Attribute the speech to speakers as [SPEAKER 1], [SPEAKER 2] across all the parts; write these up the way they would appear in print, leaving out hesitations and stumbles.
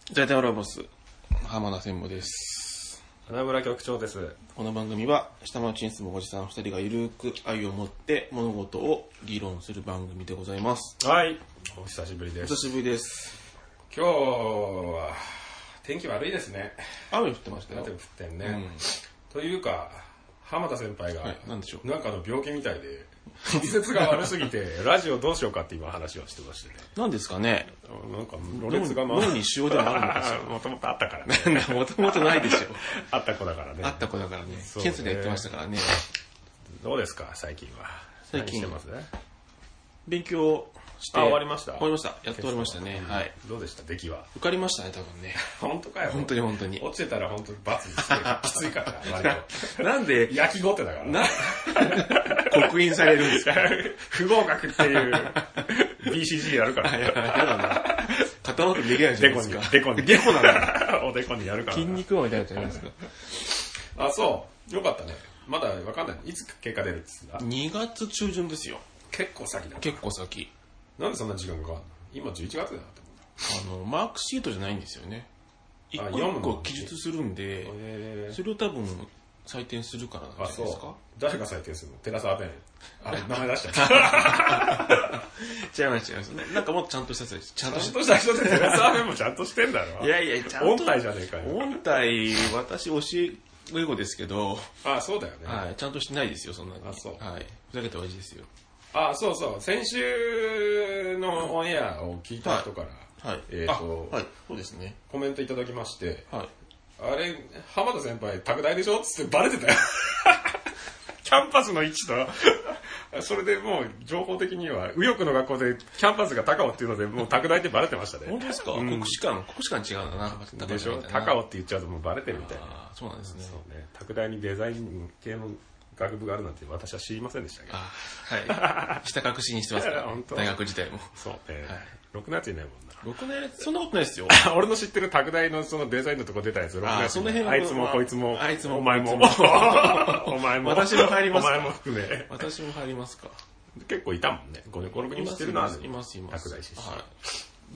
[SPEAKER 1] 在田ラボス浜田専務です。
[SPEAKER 2] 花村局長です。
[SPEAKER 1] この番組は下町に住むおじさん2人がゆるく愛を持って物事を議論する番組でございます。
[SPEAKER 2] はい、お久しぶりです。
[SPEAKER 1] お久しぶりです。
[SPEAKER 2] 今日は天気悪いですね。
[SPEAKER 1] 雨降ってましたよ。
[SPEAKER 2] 雨降ってんね、というか浜田先輩が、
[SPEAKER 1] なんでしょう、
[SPEAKER 2] なんかの病気みたいで滑舌が悪すぎてラジオどうしようかって今話をしてましてね。
[SPEAKER 1] なんですかね。
[SPEAKER 2] なんかろれつが
[SPEAKER 1] 脳に腫瘍でもあるのかしら。
[SPEAKER 2] もともとあったからね。
[SPEAKER 1] もともとないでしょ。
[SPEAKER 2] あった子だからね。
[SPEAKER 1] あった子だからね。検査でやってましたからね。
[SPEAKER 2] どうですか最近は。
[SPEAKER 1] 最近
[SPEAKER 2] してますね。
[SPEAKER 1] 勉強して。
[SPEAKER 2] 終わりました。
[SPEAKER 1] 終わりました。やっと終わりましたね。はい。
[SPEAKER 2] どうでした出来は。
[SPEAKER 1] 受かりましたね多分ね。
[SPEAKER 2] 本当かよ。
[SPEAKER 1] 本当に本当に。
[SPEAKER 2] 落ちてたら本当に罰にしてきついから割
[SPEAKER 1] と。なんで
[SPEAKER 2] 焼きごてだから。
[SPEAKER 1] 刻印されるんですか。
[SPEAKER 2] 不合格っていう BCG やるから。
[SPEAKER 1] やだな。固まってできないじゃないですか。
[SPEAKER 2] デコに。
[SPEAKER 1] デコなんだ。
[SPEAKER 2] おでこにやるから。
[SPEAKER 1] 筋肉王みたいなじゃないですか。
[SPEAKER 2] あ、そう。よかったね。まだわかんない。いつ結果出るっつった
[SPEAKER 1] ？2月中旬ですよ。
[SPEAKER 2] 結構先だ。
[SPEAKER 1] 結構先。
[SPEAKER 2] なんでそんな時間がかかるの？今11月だなって
[SPEAKER 1] 思う。マークシートじゃないんですよね。一個一個記述するんで、それを多分採点するからなんじゃないですか。
[SPEAKER 2] 誰が採点するの？寺澤弁。あれ、名前出しちゃった。
[SPEAKER 1] 違います。なんかもっとちゃんとした人です。
[SPEAKER 2] ちゃんとした人で寺澤弁もちゃんとしてんだろ。
[SPEAKER 1] いやいや、ちゃんと。
[SPEAKER 2] 音体じゃねえかよ。
[SPEAKER 1] 音体、私教え英語ですけど。
[SPEAKER 2] あ、そうだよね。
[SPEAKER 1] はい、ちゃんとしてないですよ、そんなに。
[SPEAKER 2] あ、そう。
[SPEAKER 1] はい。ふざけたおじですよ。
[SPEAKER 2] あ、そうそう。先週のオンエアを聞いた人から、
[SPEAKER 1] はい。はい、そうですね。
[SPEAKER 2] コメントいただきまして、
[SPEAKER 1] はい。
[SPEAKER 2] あれ、浜田先輩、拓大でしょつってバレてたよ。キャンパスの位置と、それでもう情報的には、右翼の学校でキャンパスが高尾っていうので、もう拓大ってバレてましたね。
[SPEAKER 1] 本当ですか？国士舘違うんだな。
[SPEAKER 2] でしょ？高尾って言っちゃうともうバレてるみたいな。
[SPEAKER 1] あ、そうなんですね。
[SPEAKER 2] そうね。拓大にデザイン系の学部があるなんて私は知りませんでしたけど。
[SPEAKER 1] はい。ひた隠しにしてますから、ね、大学時代も。
[SPEAKER 2] そうね。ろくなやついないもんな。
[SPEAKER 1] ろくなやつそんなことないですよ。
[SPEAKER 2] 俺の知ってる拓大のそのデザインのとこ出たやつ、ろくなやつ。あいつもこいつも。
[SPEAKER 1] あいつも
[SPEAKER 2] お前も。お前も。
[SPEAKER 1] 私も入りますか。
[SPEAKER 2] お前も含め。
[SPEAKER 1] 私も入りますか。
[SPEAKER 2] 結構いたもんね。5、6人知ってるな。
[SPEAKER 1] います。
[SPEAKER 2] 拓大出身。
[SPEAKER 1] はい。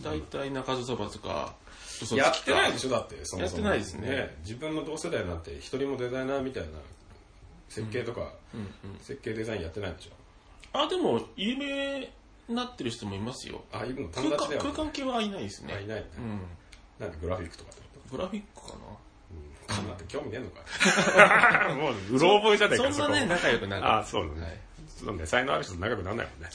[SPEAKER 1] 大体中津そばとか。
[SPEAKER 2] やってないでしょだって。
[SPEAKER 1] やってないですね。
[SPEAKER 2] 自分の同世代なんて一人もデザイナーみたいな設計とか、設計デザインやってないでしょ。
[SPEAKER 1] あ、でも、有名になってる人もいますよ。
[SPEAKER 2] あ、いるの？
[SPEAKER 1] 空間系はいないですね。
[SPEAKER 2] いない。なんかグラフィックとかってこと？
[SPEAKER 1] グラフィックかな？
[SPEAKER 2] かなって興味ねえのか。もう、うろ覚えじゃねえか。
[SPEAKER 1] そんなね、仲良くなる。
[SPEAKER 2] あ、そうだね。そうね、才能ある人と仲良くならないもんね。
[SPEAKER 1] そう。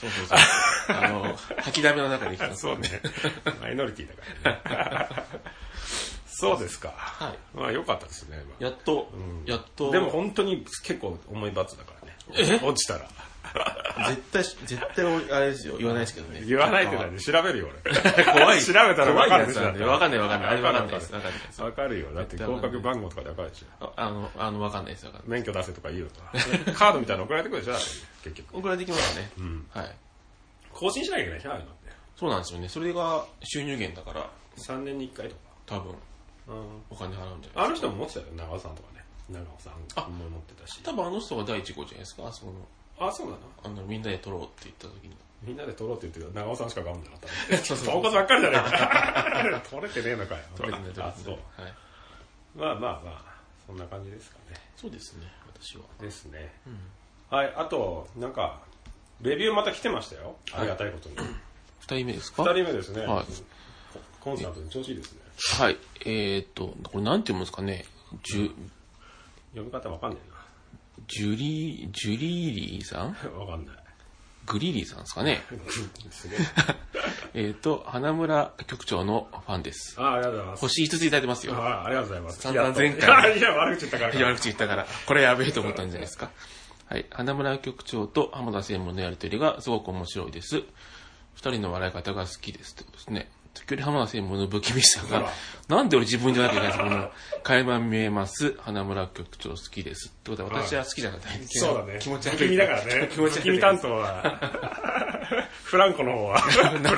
[SPEAKER 1] 吐きだめの中で生きてます。
[SPEAKER 2] そうね。マイノリティだからね。そうですか。はい。まあ良かったですね。
[SPEAKER 1] やっと。
[SPEAKER 2] でも本当に結構重い罰だからね。落ちたら。
[SPEAKER 1] 絶対あれですよ。言わないですけどね。
[SPEAKER 2] 言わないって何？調べるよ俺。
[SPEAKER 1] 怖い。
[SPEAKER 2] 調べたら分かるでしょ。
[SPEAKER 1] 分かんない。わ
[SPEAKER 2] かるよ。だって合格番号とかで分かるでしょ。
[SPEAKER 1] 分かんないです。
[SPEAKER 2] 免許出せとか言うと。カードみたいなの送られてくるでしょ結局。
[SPEAKER 1] 送られてきますね。はい。
[SPEAKER 2] 更新しなきゃいけないじゃん、あれなんて。
[SPEAKER 1] そうなんですよね。それが収入源だから。
[SPEAKER 2] 3年に1回とか。
[SPEAKER 1] 多分。お金払うんじゃない
[SPEAKER 2] あの人も持ってたよ、長尾さんとかね。長尾さんも持ってたし。
[SPEAKER 1] 多分あの人が第1号じゃないですか、あそこの。
[SPEAKER 2] あ、そうなの？
[SPEAKER 1] みんなで撮ろうって言った時に。
[SPEAKER 2] みんなで撮ろうって言ってる長尾さんしか頑張んなかった。ポンコツばっかりじゃねえか。撮れてねえのかよ。
[SPEAKER 1] 撮れてない。
[SPEAKER 2] あ、そう。まあ、そんな感じですかね。
[SPEAKER 1] そうですね、私は。
[SPEAKER 2] ですね。はい、あと、なんか、レビューまた来てましたよ。ありがたいことに。
[SPEAKER 1] 2人目ですか？
[SPEAKER 2] 2人目ですね。
[SPEAKER 1] はい。
[SPEAKER 2] コンサートで調子いいですね。
[SPEAKER 1] はい。これなんて読むんですかね。
[SPEAKER 2] 読み方わかんないな。
[SPEAKER 1] ジュリーリーさん？
[SPEAKER 2] わかんない。
[SPEAKER 1] グリリーさんですかね。
[SPEAKER 2] すげ
[SPEAKER 1] え。花村局長のファンです。
[SPEAKER 2] ありがとうございます。
[SPEAKER 1] 星5ついただいてますよ。
[SPEAKER 2] ありがとうございます。
[SPEAKER 1] 散々前回。
[SPEAKER 2] いや、悪口言ったから。
[SPEAKER 1] 悪口言ったから。これやべえと思ったんじゃないですか。はい。花村局長と浜田専務のやりとりがすごく面白いです。二人の笑い方が好きですってことですね。時折浜田専務の不気味さが、なんで俺自分じゃなきゃいけないんですか、この、垣間見えます、花村局長好きです。ってことは私は好きじゃなかった。
[SPEAKER 2] そうだね。
[SPEAKER 1] 気持ち悪い。
[SPEAKER 2] 不気味だからね。不気味担当は、フランコの方は、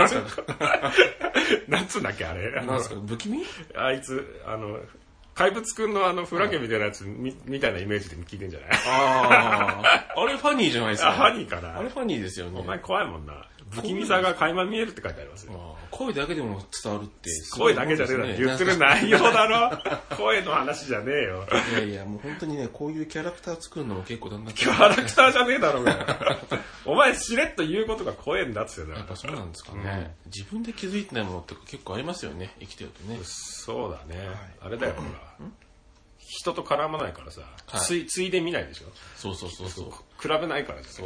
[SPEAKER 2] なんつうんだっけ、あれ。
[SPEAKER 1] なんですか、不気味？
[SPEAKER 2] あいつ、怪物くんのフランケみたいなやつみたいなイメージで聞いてんじゃない？
[SPEAKER 1] あれファニーじゃないですか。
[SPEAKER 2] ファニーかな。
[SPEAKER 1] あれファニーですよね。
[SPEAKER 2] お前怖いもんな。 不気味さが垣間見えるって書いてありますよ。
[SPEAKER 1] 声だけでも伝わるって。
[SPEAKER 2] 声だけじゃねえだろ。言ってる内容だろ。声の話じゃねえよ。
[SPEAKER 1] いやいや、もう本当にね、こういうキャラクター作るのも結構だんだん。
[SPEAKER 2] キャラクターじゃねえだろうが。お前しれっと言うことが怖えんだっつって
[SPEAKER 1] やっぱそうなんですかね。自分で気づいてないものって結構ありますよね、生きてるとね。
[SPEAKER 2] そうだね。あれだよ、ほら。人と絡まないからさ、ついで見ないでしょ。
[SPEAKER 1] そう。
[SPEAKER 2] 比べないから
[SPEAKER 1] そう、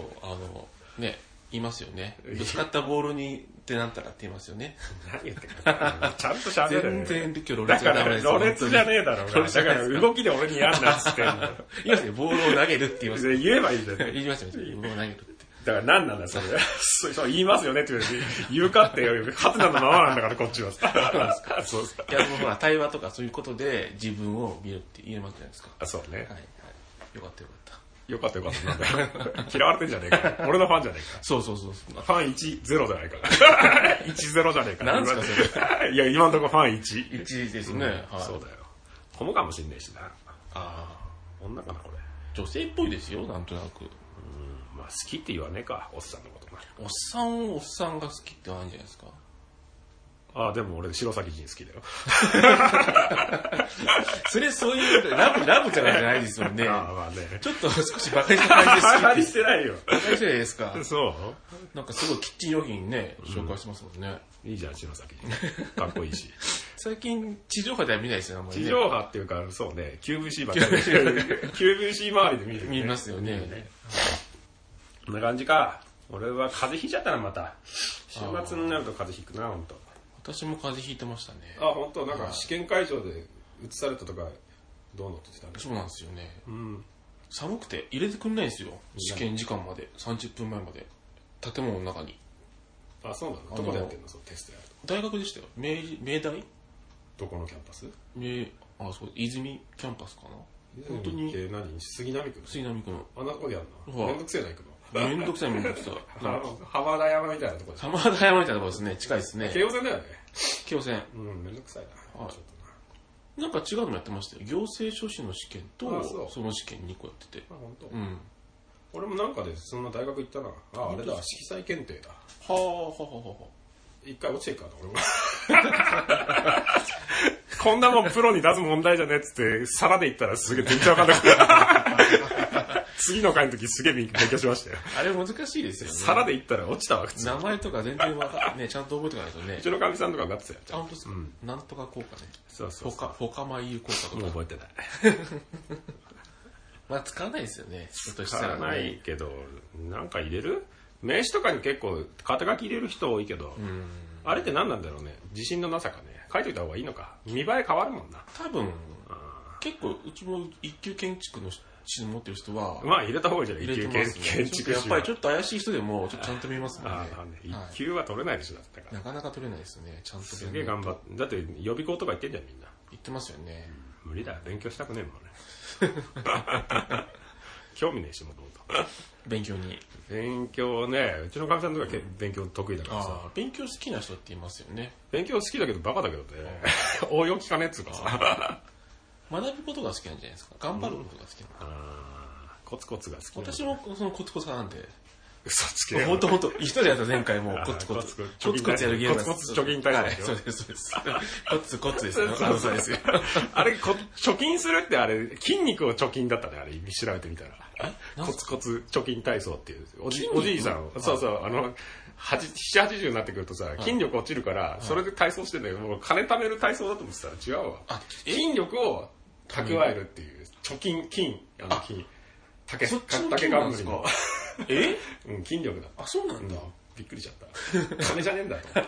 [SPEAKER 1] ね、言いますよね。ぶつかったボールにってなんたらって言いますよね。
[SPEAKER 2] 何言ってるか。ちゃんと喋る。
[SPEAKER 1] 全然今日ロレ
[SPEAKER 2] だからロレツじゃねえだろうが。だから動きで俺にやんなっつってんの。
[SPEAKER 1] 言いますよ、ボールを投げるって言いますよ。
[SPEAKER 2] 言えばいいじゃん。
[SPEAKER 1] 言いますよ、ボールを投げるって。
[SPEAKER 2] だから何なんだそれ。そう言いますよねって言うかってよ。ハテナのままなんだからこっちは。
[SPEAKER 1] そうですか。いや、もうほら、対話とかそういうことで自分を見るって言えますじゃないですか。
[SPEAKER 2] あ、そうね。
[SPEAKER 1] はい。よかった。
[SPEAKER 2] よかった。なんだよ。嫌われてんじゃねえか。俺のファンじゃねえか。
[SPEAKER 1] そう。
[SPEAKER 2] ファン1、0じゃないか。1、0じゃねえか。
[SPEAKER 1] なんですかそれ。
[SPEAKER 2] いや、今のところファン1。
[SPEAKER 1] 1ですね。
[SPEAKER 2] そうだよ。ホモかもしんねえしな。女かな、これ。
[SPEAKER 1] 女性っぽいですよ、なんとなく。
[SPEAKER 2] まあ、好きって言わねえか、おっさんのことな。
[SPEAKER 1] おっさんが好きってあるんじゃないですか。
[SPEAKER 2] でも俺、白崎仁好きだよ。
[SPEAKER 1] そういう、ラブじゃないですよね。
[SPEAKER 2] まあね。
[SPEAKER 1] ちょっと少しバカにした感じです。
[SPEAKER 2] バカにしてないよ。
[SPEAKER 1] バカにしてないですか。
[SPEAKER 2] そう
[SPEAKER 1] なんかすごいキッチン用品ね、紹介してますもんね。
[SPEAKER 2] いいじゃん、白崎仁。かっこいいし。
[SPEAKER 1] 最近、地上波では見ないですよ、あんまりね。
[SPEAKER 2] 地上波っていうか、そうね、QVC ばっかり。QVC 周りで見る。
[SPEAKER 1] 見ますよね。
[SPEAKER 2] こんな感じか。俺は風邪ひいちゃったな、また。週末になると風邪ひくな、ほんと。
[SPEAKER 1] 私も風邪ひいてましたね。
[SPEAKER 2] ほんと、なんか試験会場で移されたとか、どうのって言ってたんだ。
[SPEAKER 1] そうなんですよね。寒くて入れてくんないんですよ。試験時間まで、30分前まで。建物の中に。
[SPEAKER 2] そうなの？どこでやってんの？そう、テストやると。
[SPEAKER 1] 大学でしたよ。明大？
[SPEAKER 2] どこのキャンパス？
[SPEAKER 1] そう、泉キャンパスかな。
[SPEAKER 2] 本当に。杉並区の？
[SPEAKER 1] 杉並区の。
[SPEAKER 2] あんなとこでやるの？めんどくせえな、行くの。
[SPEAKER 1] めんどくさい。
[SPEAKER 2] 浜田山みたいなところ
[SPEAKER 1] 浜田山みたいなところですね。近いですね。
[SPEAKER 2] 京王線だよね。
[SPEAKER 1] 京王線。
[SPEAKER 2] めんどくさいな。
[SPEAKER 1] なんか違うのもやってましたよ。行政書士の試験と、その試験2個やってて。
[SPEAKER 2] 本当。俺もなんかでそんな大学行ったな。あれだ、色彩検定だ。一回落ちてるからな、俺も。こんなもんプロに出す問題じゃねえっつって、皿で言ったらすげえ全然わかんなくて。次の回の時すげえ勉強しましたよ。
[SPEAKER 1] あれ難しいですよね。
[SPEAKER 2] 皿で言ったら落ちたわ、普通。
[SPEAKER 1] 名前とか全然ちゃんと覚えておかないとね。
[SPEAKER 2] うちのかみさんとかがってたよ。
[SPEAKER 1] 本当ですか？なんとか効果ね。
[SPEAKER 2] そう。
[SPEAKER 1] フォカマイユ効果とか。
[SPEAKER 2] もう覚えてない。
[SPEAKER 1] まあ使わないですよね。
[SPEAKER 2] 使わないけど、なんか入れる？名刺とかに結構肩書き入れる人多いけど、あれって何なんだろうね。自信のなさかね。書いといた方がいいのか。見栄え変わるもんな。
[SPEAKER 1] 多分、結構うちも一級建築の資質持ってる人は、
[SPEAKER 2] まあ入れた方がいいじゃない。
[SPEAKER 1] 一級建築やっぱりちょっと怪しい人でもちゃんと見えますもんね。
[SPEAKER 2] 一級は取れないでしょ、だったから。
[SPEAKER 1] なかなか取れないですね。ちゃんと
[SPEAKER 2] すげえ頑張って。だって予備校とか行ってんじゃん、みんな。
[SPEAKER 1] 行ってますよね。
[SPEAKER 2] 無理だ。勉強したくねえもんね。興味ねえし、もともと。
[SPEAKER 1] 勉強に。
[SPEAKER 2] 勉強ね、うちのかみさんとか勉強得意だからさ。
[SPEAKER 1] 勉強好きな人って言いますよね。
[SPEAKER 2] 勉強好きだけどバカだけどね。応用聞かねえっつうかさ。
[SPEAKER 1] 学ぶことが好きなんじゃないですか。頑張ることが好きなの。
[SPEAKER 2] コツコツが好き。
[SPEAKER 1] 私もそのコツコツなんで。
[SPEAKER 2] 嘘つけよ。
[SPEAKER 1] ほんと。一人やった前回もコツコツ。コツコツやるゲーム。
[SPEAKER 2] コツコツ貯金対策。
[SPEAKER 1] そうです。コツですよ。そうですよ。
[SPEAKER 2] あれ、貯金するってあれ、筋肉を貯金だったね、あれ、調べてみたら。コツコツ貯金体操っていう。おじいさん、そう、7、80になってくるとさ、筋力落ちるから、それで体操してんだけど、もう金貯める体操だと思ってたら違うわ。筋力を蓄えるっていう。貯金、竹冠の。筋力だ。
[SPEAKER 1] そうなんだ。
[SPEAKER 2] びっくりしちゃった。金じゃねえんだと。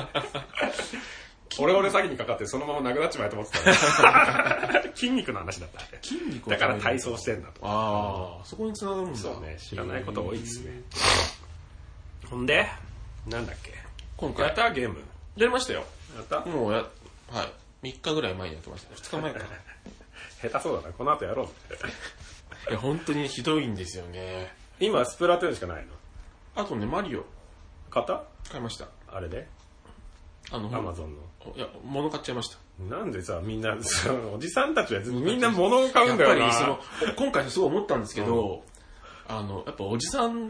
[SPEAKER 2] 俺詐欺にかかってそのままなくなっちまえと思ってた。筋肉の話だった。
[SPEAKER 1] 筋肉
[SPEAKER 2] だから体操してんだと。
[SPEAKER 1] そこに繋がるんだ。
[SPEAKER 2] そうね。知らないこと多いですね。ほんで、なんだっけ。
[SPEAKER 1] 今回。
[SPEAKER 2] やったゲーム。
[SPEAKER 1] やりましたよ。
[SPEAKER 2] やった
[SPEAKER 1] もうはい。3日ぐらい前にやってました。2日前か。
[SPEAKER 2] 下手そうだな。この後やろうって。
[SPEAKER 1] いや、本当にひどいんですよね。
[SPEAKER 2] 今、スプラトゥーンしかないの。
[SPEAKER 1] あとね、マリオ。
[SPEAKER 2] 買
[SPEAKER 1] いました。
[SPEAKER 2] あれでアマゾンの。
[SPEAKER 1] いや、物買っちゃいました。
[SPEAKER 2] なんでさ、みんな、おじさんたちはみんな物を買うんだよな。
[SPEAKER 1] やっぱり今回すごい思ったんですけど、やっぱおじさんっ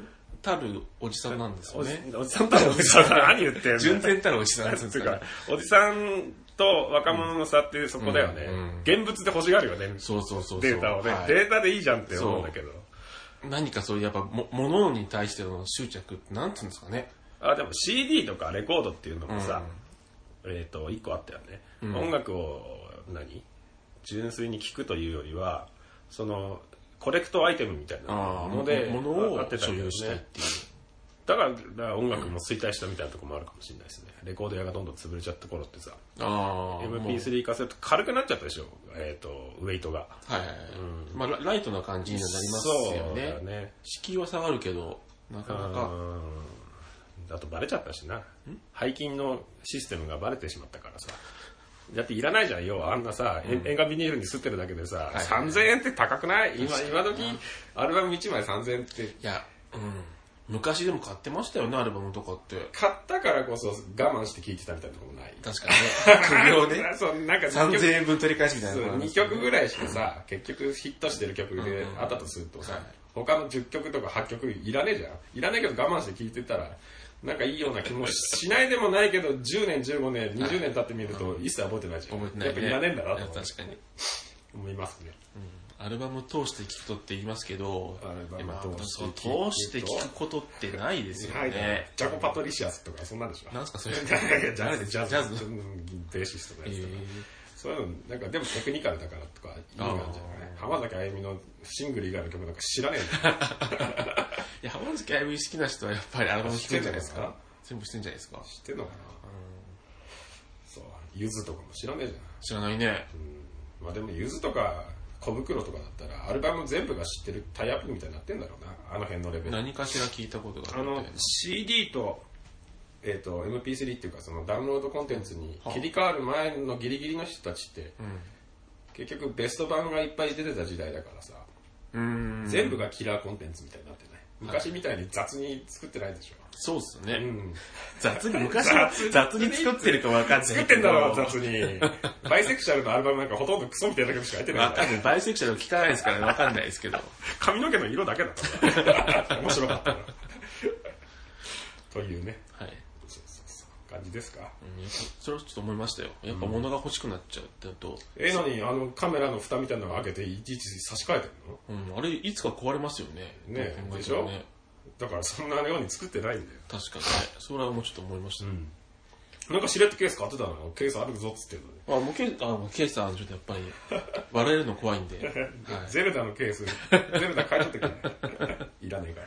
[SPEAKER 1] たるおじさんなんですよね。
[SPEAKER 2] おじさんたるおじさん何言ってんの。
[SPEAKER 1] 純然たるおじさんです
[SPEAKER 2] か。おじさんと若者の差ってそこだよね。現物で欲しがるよね。
[SPEAKER 1] そうそうそう。
[SPEAKER 2] データをね、はい。データでいいじゃんって思うんだけど。
[SPEAKER 1] 何かそういうやっぱ物に対しての執着ってなんていうんですかね。
[SPEAKER 2] でも CD とかレコードっていうのもさ、一個あったよね。音楽を純粋に聴くというよりは、そのコレクトアイテムみたいなので
[SPEAKER 1] 物を所有したいっていう。
[SPEAKER 2] だから音楽も衰退したみたいなところもあるかもしれないですね。レコード屋がどんどん潰れちゃった頃ってさ、MP3 化すると軽くなっちゃったでしょ。ウェイトが。
[SPEAKER 1] はいはいはい。まあライトな感じになりますよね。そうだよね。敷居は下がるけど、なかなか。
[SPEAKER 2] あとバレちゃったしな。背筋のシステムがバレてしまったからさ。だっていらないじゃん、要はあんなさ、塩化ビニールに吸ってるだけでさ、3000円って高くない？今時アルバム1枚3000円って。いや、
[SPEAKER 1] 昔でも買ってましたよね、アルバムとかって。
[SPEAKER 2] 買ったからこそ我慢して聴いてたみたいなとこもない。
[SPEAKER 1] 確かにね。苦行ね。
[SPEAKER 2] そう、なんか
[SPEAKER 1] 3000円分取り返しみたいな。
[SPEAKER 2] 2曲ぐらいしかさ、結局ヒットしてる曲であったとするとさ、他の10曲とか8曲いらねえじゃん。いらねえけど我慢して聴いてたら、なんかいいような気もしないでもないけど、10年、15年、20年経ってみると一切覚えてないじゃん。
[SPEAKER 1] 覚えてない、
[SPEAKER 2] やっぱいらねえんだなと
[SPEAKER 1] 確かに
[SPEAKER 2] 思いますね。
[SPEAKER 1] アルバム通して聴くとって言いますけど、通して聴くことってないですよね。
[SPEAKER 2] ジャコ・パトリシアスとかそんなんでしょ。
[SPEAKER 1] なんすかそれ。
[SPEAKER 2] ジャズベーシストのやつ。そういうのなんかでもテクニカルだからとかいい感じじゃない。浜崎あゆみのシングル以外の曲なんか知らねえんだよ。
[SPEAKER 1] いや、浜崎あゆみ好きな人はやっぱりアルバム聴くんじゃないですか。全部知ってんじゃないですか。
[SPEAKER 2] 知ってんのかな。そう、ゆずとかも知らねえじゃん。
[SPEAKER 1] 知らないね。
[SPEAKER 2] まあでもゆずとか小袋とかだったらアルバム全部が知ってるタイアップみたいになってんだろうな、あの辺のレベル。
[SPEAKER 1] 何かしら聞いたことがある。
[SPEAKER 2] CD とMP3 っていうかそのダウンロードコンテンツに切り替わる前のギリギリの人たちって、結局ベスト版がいっぱい出てた時代だからさ、全部がキラーコンテンツみたいになってない。昔みたいに雑に作ってないでしょ。
[SPEAKER 1] そうっすね。雑に昔は雑に作ってるか分かんないけど。
[SPEAKER 2] 作ってんだろ雑に。バイセクシャルのアルバムなんかほとんどクソみたいな曲しか入ってない。
[SPEAKER 1] 分かんない。バイセクシャル聞かないですから分かんないですけど。
[SPEAKER 2] 髪の毛の色だけだったから面白かったな。というね。
[SPEAKER 1] はい。
[SPEAKER 2] 感じですか。
[SPEAKER 1] それはちょっと思いましたよ。やっぱ物が欲しくなっちゃうってのと。
[SPEAKER 2] 何カメラの蓋みたいなのを開けていちいち差し替えてる
[SPEAKER 1] の？あれいつか壊れますよね。
[SPEAKER 2] ねでしょ。だからそんなように作ってないんだよ。
[SPEAKER 1] 確かにね。それはもうちょっと思いました。
[SPEAKER 2] なんかしれっとケース買ってたの。ケースあるぞっつってる
[SPEAKER 1] のに。ケースはちょっとやっぱり割れるの怖いんで。
[SPEAKER 2] ゼルダのケース、ゼルダ買い取ってくれ。いらねえから。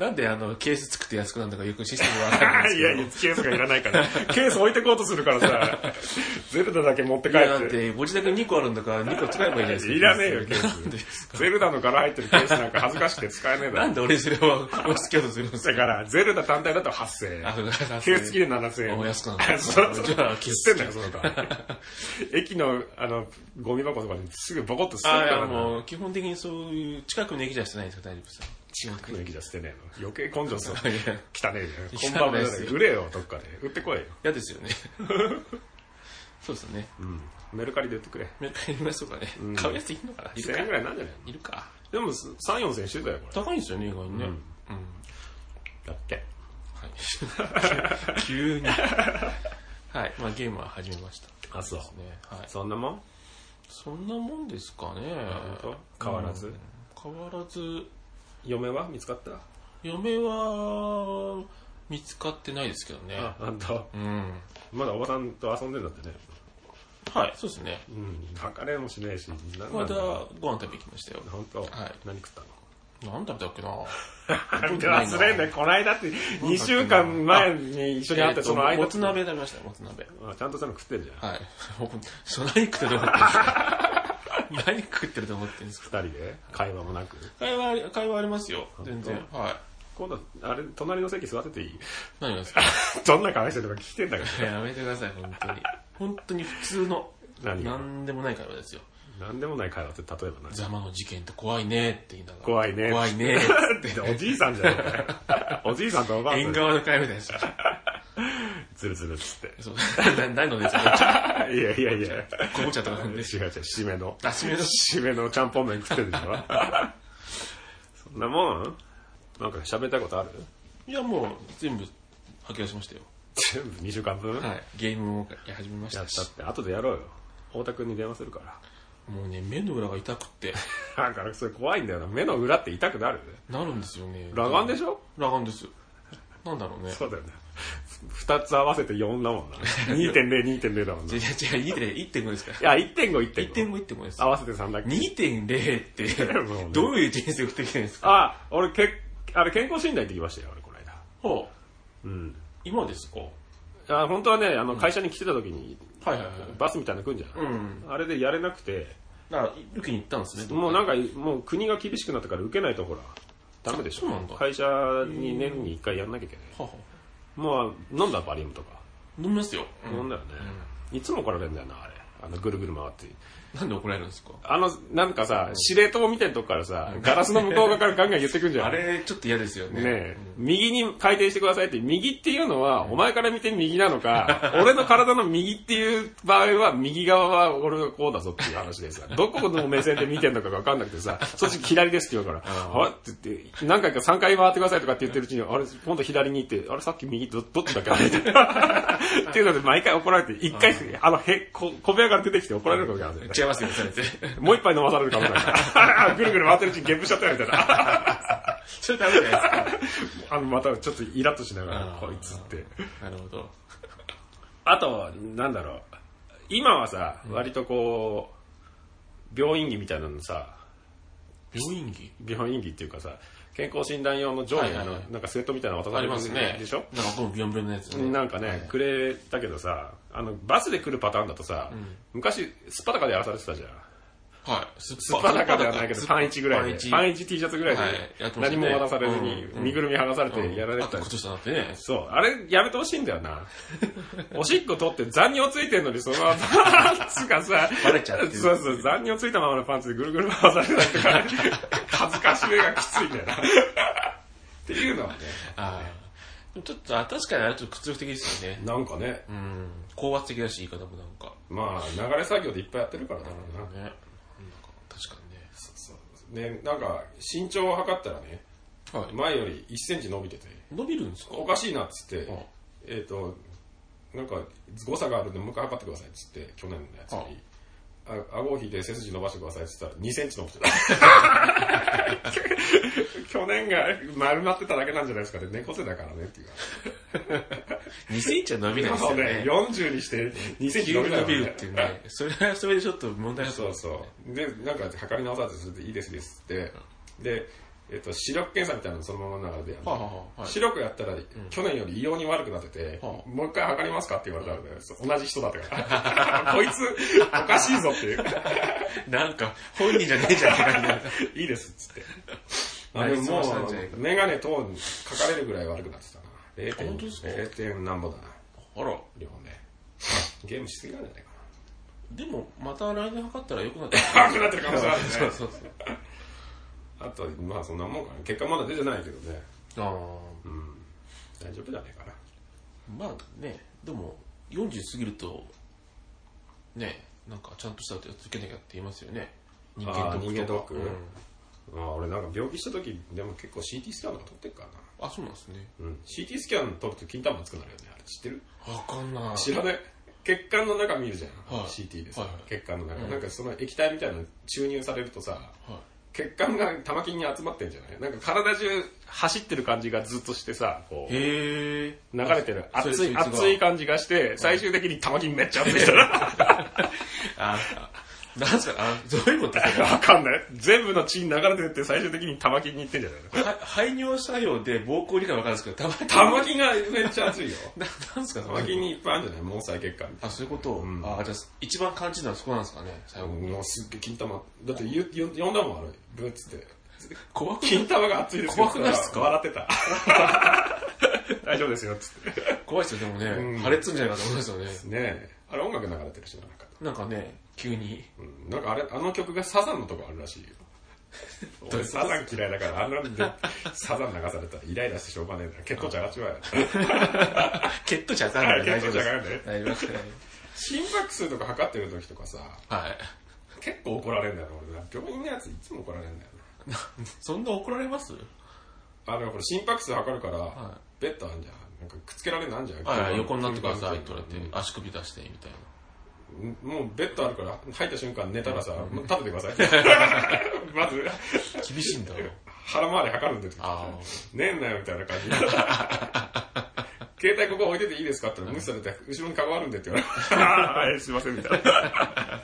[SPEAKER 1] なんでケース作って安くなるのかよくシステムがわかんないですけど。
[SPEAKER 2] いや、ケースがいらないから。ケース置いてこうとするからさ、ゼルダだけ持って帰って。
[SPEAKER 1] だってご自宅に2個あるんだから2個使えばいいじゃないですか。
[SPEAKER 2] いらねえよ、ケース。ゼルダの柄入ってるケースなんか恥ずかしくて使えねえだろ。
[SPEAKER 1] なんで俺それを押し付けようとするんですか。
[SPEAKER 2] だから、ゼルダ単体だと8000円。ケース付きで7000円。
[SPEAKER 1] 安くなる。
[SPEAKER 2] じゃあ、消してんだよ、その他。駅の、ゴミ箱とかですぐボコッと捨てるから。
[SPEAKER 1] もう、基本的にそういう、近くの駅じゃ捨てないですか、大丈夫ですか。
[SPEAKER 2] 近くの駅じゃ捨てねえの。余計根性する。汚ねえじゃん。こんばんは。売れよ、どっかで。売ってこいよ。
[SPEAKER 1] 嫌ですよね。そうですね。
[SPEAKER 2] メルカリで売ってくれ。
[SPEAKER 1] メルカリで売りましょうかね。買うやついるのかな。
[SPEAKER 2] 1000円ぐらいなんじゃない
[SPEAKER 1] いるか。
[SPEAKER 2] でも、3、4千してたよ、これ。
[SPEAKER 1] 高いんですよね、意外にね。
[SPEAKER 2] だって。
[SPEAKER 1] はい。急に。はい。まあゲームは始めました。
[SPEAKER 2] あ、そう。
[SPEAKER 1] ね。はい。
[SPEAKER 2] そんなもん？
[SPEAKER 1] そんなもんですかね。
[SPEAKER 2] 変わらず？
[SPEAKER 1] 変わらず。
[SPEAKER 2] 嫁は見つかった？
[SPEAKER 1] 嫁は見つかってないですけどね。
[SPEAKER 2] あんた。まだおばさんと遊んでんだってね。
[SPEAKER 1] はい、そうですね。
[SPEAKER 2] 別れもしねえし。
[SPEAKER 1] この間ご飯食べ行きましたよ。
[SPEAKER 2] 本当？
[SPEAKER 1] はい。
[SPEAKER 2] 何食ったの？
[SPEAKER 1] 何食べたっけな。
[SPEAKER 2] 忘れんね。この間って2週間前に一緒に会ってその間。
[SPEAKER 1] もつ鍋食べましたよ、もつ鍋。
[SPEAKER 2] ちゃんとしたの食ってるじゃん。
[SPEAKER 1] はい。何食ってると思ってるんですか。何食ってると思ってるんですか。
[SPEAKER 2] 2人で会話もなく。
[SPEAKER 1] 会話ありますよ。全然。はい。
[SPEAKER 2] 今度、隣の席座ってていい？
[SPEAKER 1] 何がですか。
[SPEAKER 2] どんな顔してるのか聞いてんだけど。
[SPEAKER 1] やめてください、本当に。本当に普通の。何でもない会話ですよ。
[SPEAKER 2] 何でもない会話って例えば何？
[SPEAKER 1] ザマの事件って怖いねって言いながら。
[SPEAKER 2] 怖いね。
[SPEAKER 1] 怖いね
[SPEAKER 2] って。おじいさんじゃないかよ。おじいさんとおばあさん。
[SPEAKER 1] 縁側の会話ですよ。
[SPEAKER 2] ズルズルっつって。
[SPEAKER 1] そう。何のですか。
[SPEAKER 2] いや。
[SPEAKER 1] 紅茶とか飲んで。
[SPEAKER 2] 違う。締めの。
[SPEAKER 1] 締め
[SPEAKER 2] のちゃんぽん麺食ってるでしょ。そんなもん？なんか喋りたいことある？
[SPEAKER 1] いや、もう全部吐き出しましたよ。
[SPEAKER 2] 全部2週間分、
[SPEAKER 1] はい。ゲームをや始めましたし。
[SPEAKER 2] やったって後でやろうよ。太田君に電話するから。
[SPEAKER 1] もうね、目の裏が痛くって。
[SPEAKER 2] だからそれ怖いんだよな。目の裏って痛くなる？
[SPEAKER 1] なるんですよね。
[SPEAKER 2] 裸眼でしょ？
[SPEAKER 1] 裸眼です。なんだろうね。
[SPEAKER 2] そうだよね。2つ合わせて4だもんな。2.0、2.0 だもんな。
[SPEAKER 1] 違う、1.5 ですから。
[SPEAKER 2] いや、1.5、1.5。
[SPEAKER 1] 1.5です。
[SPEAKER 2] 合わせて3だっけ？
[SPEAKER 1] 2.0 って、どういう人生を送ってきてるんですか？
[SPEAKER 2] あ、俺、あれ健康診断行ってきましたよ、俺、この間。
[SPEAKER 1] ほ
[SPEAKER 2] う。うん。
[SPEAKER 1] 今ですか？
[SPEAKER 2] 本当はね、会社に来てた時に、
[SPEAKER 1] はいはいはい。
[SPEAKER 2] バスみたいなの来んじゃん。うん。あれでやれなくて。
[SPEAKER 1] だから、受けに行ったんですね。
[SPEAKER 2] もうなんか、もう国が厳しくなったから受けないとほら、ダメでしょ。
[SPEAKER 1] そうなんだ。
[SPEAKER 2] 会社に年に1回やんなきゃいけない。はは。もう、飲んだバリウムとか。
[SPEAKER 1] 飲みますよ。
[SPEAKER 2] 飲んだよね。いつも怒られるんだよな、あれ。ぐるぐる回って。
[SPEAKER 1] なんで怒られるんですか？
[SPEAKER 2] なんかさ、司令塔見てるとこからさ、ガラスの向こう側からガンガン言ってくんじゃん。
[SPEAKER 1] あれ、ちょっと嫌ですよね。
[SPEAKER 2] ねえ、右に回転してくださいって、右っていうのは、お前から見て右なのか、俺の体の右っていう場合は、右側は俺がこうだぞっていう話でさ、どこの目線で見てんのか分かんなくてさ、そっち左ですって言うから、はって言って、何回か3回回ってくださいとかって言ってるうちに、あれ、今度左に行って、あれ、さっき右どっちだっけあれっていうので、毎回怒られて、一回、小部屋から出てきて怒られるかもしれない。
[SPEAKER 1] 違いますよ、先生。
[SPEAKER 2] もう一杯飲まされるかもしれない。ぐるぐる回ってるうちにゲップしちゃったよみたいな。
[SPEAKER 1] それダメじゃないですか。
[SPEAKER 2] またちょっとイラッとしながら、こいつって。
[SPEAKER 1] なるほど。
[SPEAKER 2] あと、なんだろう。今はさ、割とこう、病院着みたいなのさ、
[SPEAKER 1] 病院着
[SPEAKER 2] っていうかさ、健康診断用の上下のなんかスウェットみたいなの渡されるでしょ？
[SPEAKER 1] なんかこのビヨンビヨンのやつね。
[SPEAKER 2] なんかね、くれたけどさ、バスで来るパターンだとさ、昔、スッパ高でやらされてたじゃん。
[SPEAKER 1] はい。
[SPEAKER 2] スッパ高ではないけど、パン1ぐらいで。パン1 T シャツぐらいで、何も渡されずに、身ぐるみ剥がされてやられてた。
[SPEAKER 1] 靴下だってね。
[SPEAKER 2] そう。あれ、やめてほしいんだよな。おしっこ取って残尿ついてんのに、そのパンツがさ、
[SPEAKER 1] バレちゃってる。
[SPEAKER 2] そうそう、残尿ついたままのパンツでぐるぐる回されたりとか、恥ずかしめがきついんだよな。っていうのはね。
[SPEAKER 1] ちょっと、確かにあれちょっと屈辱的ですよね。
[SPEAKER 2] なんかね。
[SPEAKER 1] 高圧的だし、言い方もなんか。
[SPEAKER 2] まあ、流れ作業でいっぱいやってるからだろうな。
[SPEAKER 1] ね。確かにね。
[SPEAKER 2] そうね、なんか身長を測ったらね、前より1センチ伸びてて、
[SPEAKER 1] 伸びるんですか？
[SPEAKER 2] おかしいなっつって、なんか誤差があるんでもう一回測ってくださいっつって、去年のやつに顎を引いて背筋伸ばしてくださいっつったら2センチ伸びてた。去年が丸まってただけなんじゃないですかね。猫背だからねっていう。
[SPEAKER 1] 2センチは伸びないですよね。
[SPEAKER 2] 40にして2センチ伸び
[SPEAKER 1] るっていうね。それはそれでちょっと問題だと思う。
[SPEAKER 2] そうで、なんか測り直されてそれでいいですって。で、視力検査みたいなのそのままの中でやる。視力やったら去年より異様に悪くなってて、もう一回測りますかって言われたら同じ人だったから。こいつおかしいぞっていう。
[SPEAKER 1] なんか本人じゃねえじゃねえかみたいな。
[SPEAKER 2] いいですっつって。でももうメガネ等にかかれるぐらい悪くなってたな。0. 点何ぼだな。
[SPEAKER 1] あら。
[SPEAKER 2] 両方ね。ゲームしすぎなんじゃないか
[SPEAKER 1] な。でもまた来年測ったら良くなってる。
[SPEAKER 2] 良くなってる可能性あるね。
[SPEAKER 1] そう。
[SPEAKER 2] あとまあそんなもんかな。結果まだ出てないけどね。大丈夫じゃないかな。
[SPEAKER 1] まあね、でも40過ぎるとね、なんかちゃんとしたやつ受けなきゃって言いますよね。
[SPEAKER 2] 人間ドック。俺なんか病気した時でも結構 CT スキャンとか撮ってるからな。
[SPEAKER 1] あ、そうなんですね。
[SPEAKER 2] CT スキャン撮ると金玉熱くなるよね。あれ知ってる？
[SPEAKER 1] わかんない。
[SPEAKER 2] 知らない。血管の中見るじゃん。CT でさ、血管の中。なんかその液体みたいなの注入されるとさ、血管が玉金に集まってんじゃない？なんか体中走ってる感じがずっとしてさ、こう流れてる熱い感じがして、最終的に玉金めっちゃ熱いから。
[SPEAKER 1] なんすか、どういうことですか？
[SPEAKER 2] わかんない。全部の血に流れてって最終的に玉金にいってんじゃないの？
[SPEAKER 1] 排尿作用で膀胱理解わかるんですけど、
[SPEAKER 2] 玉金がめっちゃ熱いよ。
[SPEAKER 1] なんすか？
[SPEAKER 2] 玉金にいっぱいあるんじゃない？毛細血管みたいな。
[SPEAKER 1] そういうこと。じゃあ一番感じるのはそこなんですかね、最後に。
[SPEAKER 2] すっげえ金玉。だって呼んだもん、あれ。ブーツって。
[SPEAKER 1] 怖くない？
[SPEAKER 2] 金玉が熱いです
[SPEAKER 1] よ。怖くないですか？
[SPEAKER 2] 笑ってた。大丈夫ですよ、つって。
[SPEAKER 1] 怖いですよ、でもね。破裂んじゃないかと思いますよね。
[SPEAKER 2] ねえ。あれ音楽流れてるし
[SPEAKER 1] なんかね、急に。
[SPEAKER 2] なんかあの曲がサザンのとこあるらしいよ。俺サザン嫌いだから、サザン流されたらイライラしてしょうがねえんだ。血糖値上がっちまうよ。
[SPEAKER 1] 血糖値上がるんだよ。
[SPEAKER 2] 血糖値上がるんだよ。
[SPEAKER 1] 大丈夫。
[SPEAKER 2] 心拍数とか測ってる時とかさ、結構怒られるんだよ、俺。病院のやついつも怒られるんだよな。
[SPEAKER 1] そんな怒られます？
[SPEAKER 2] これ心拍数測るから、
[SPEAKER 1] は
[SPEAKER 2] ベッドあんじゃん。なんかくっつけられるのあんじゃん。
[SPEAKER 1] 横になってくださいって言われて、足首出してみたいな。
[SPEAKER 2] もうベッドあるから入った瞬間寝たらさ、もう立ててください。まず
[SPEAKER 1] 厳しいんだろ。
[SPEAKER 2] 腹回り測るんでねえんなよみたいな感じで携帯ここ置いてていいですかって言ったら無視されて後ろにカゴあるんでって言われてはいすいませんみたいな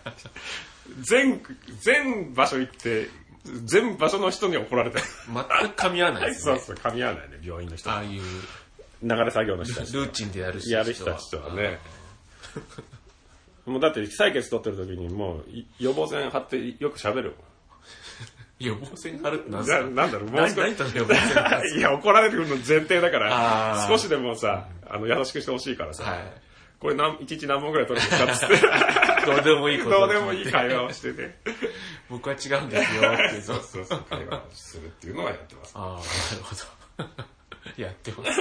[SPEAKER 2] 全場所行って全場所の人に怒られて
[SPEAKER 1] 全く噛み合わないですね。
[SPEAKER 2] そう噛み合わないね、病院の人。
[SPEAKER 1] ああいう
[SPEAKER 2] 流れ作業の人たち
[SPEAKER 1] ルーチンでやる人
[SPEAKER 2] たちはね。もうだって採血取ってる時にもう予防線張ってよく喋るもん。
[SPEAKER 1] 予防線張るって何すか？
[SPEAKER 2] なんだろう、もう少し。
[SPEAKER 1] 何と予防線張る？
[SPEAKER 2] いや、怒られるの前提だから、少しでもさ、優しくしてほしいからさ、
[SPEAKER 1] はい、
[SPEAKER 2] これ一日何本くらい取るんですかっつって。
[SPEAKER 1] どうでもいいこと。
[SPEAKER 2] どうでもいい会話をしてて。
[SPEAKER 1] 僕は違うんですよっていう。
[SPEAKER 2] そう会話をするっていうのはやってます。
[SPEAKER 1] ああ、なるほど。やってます。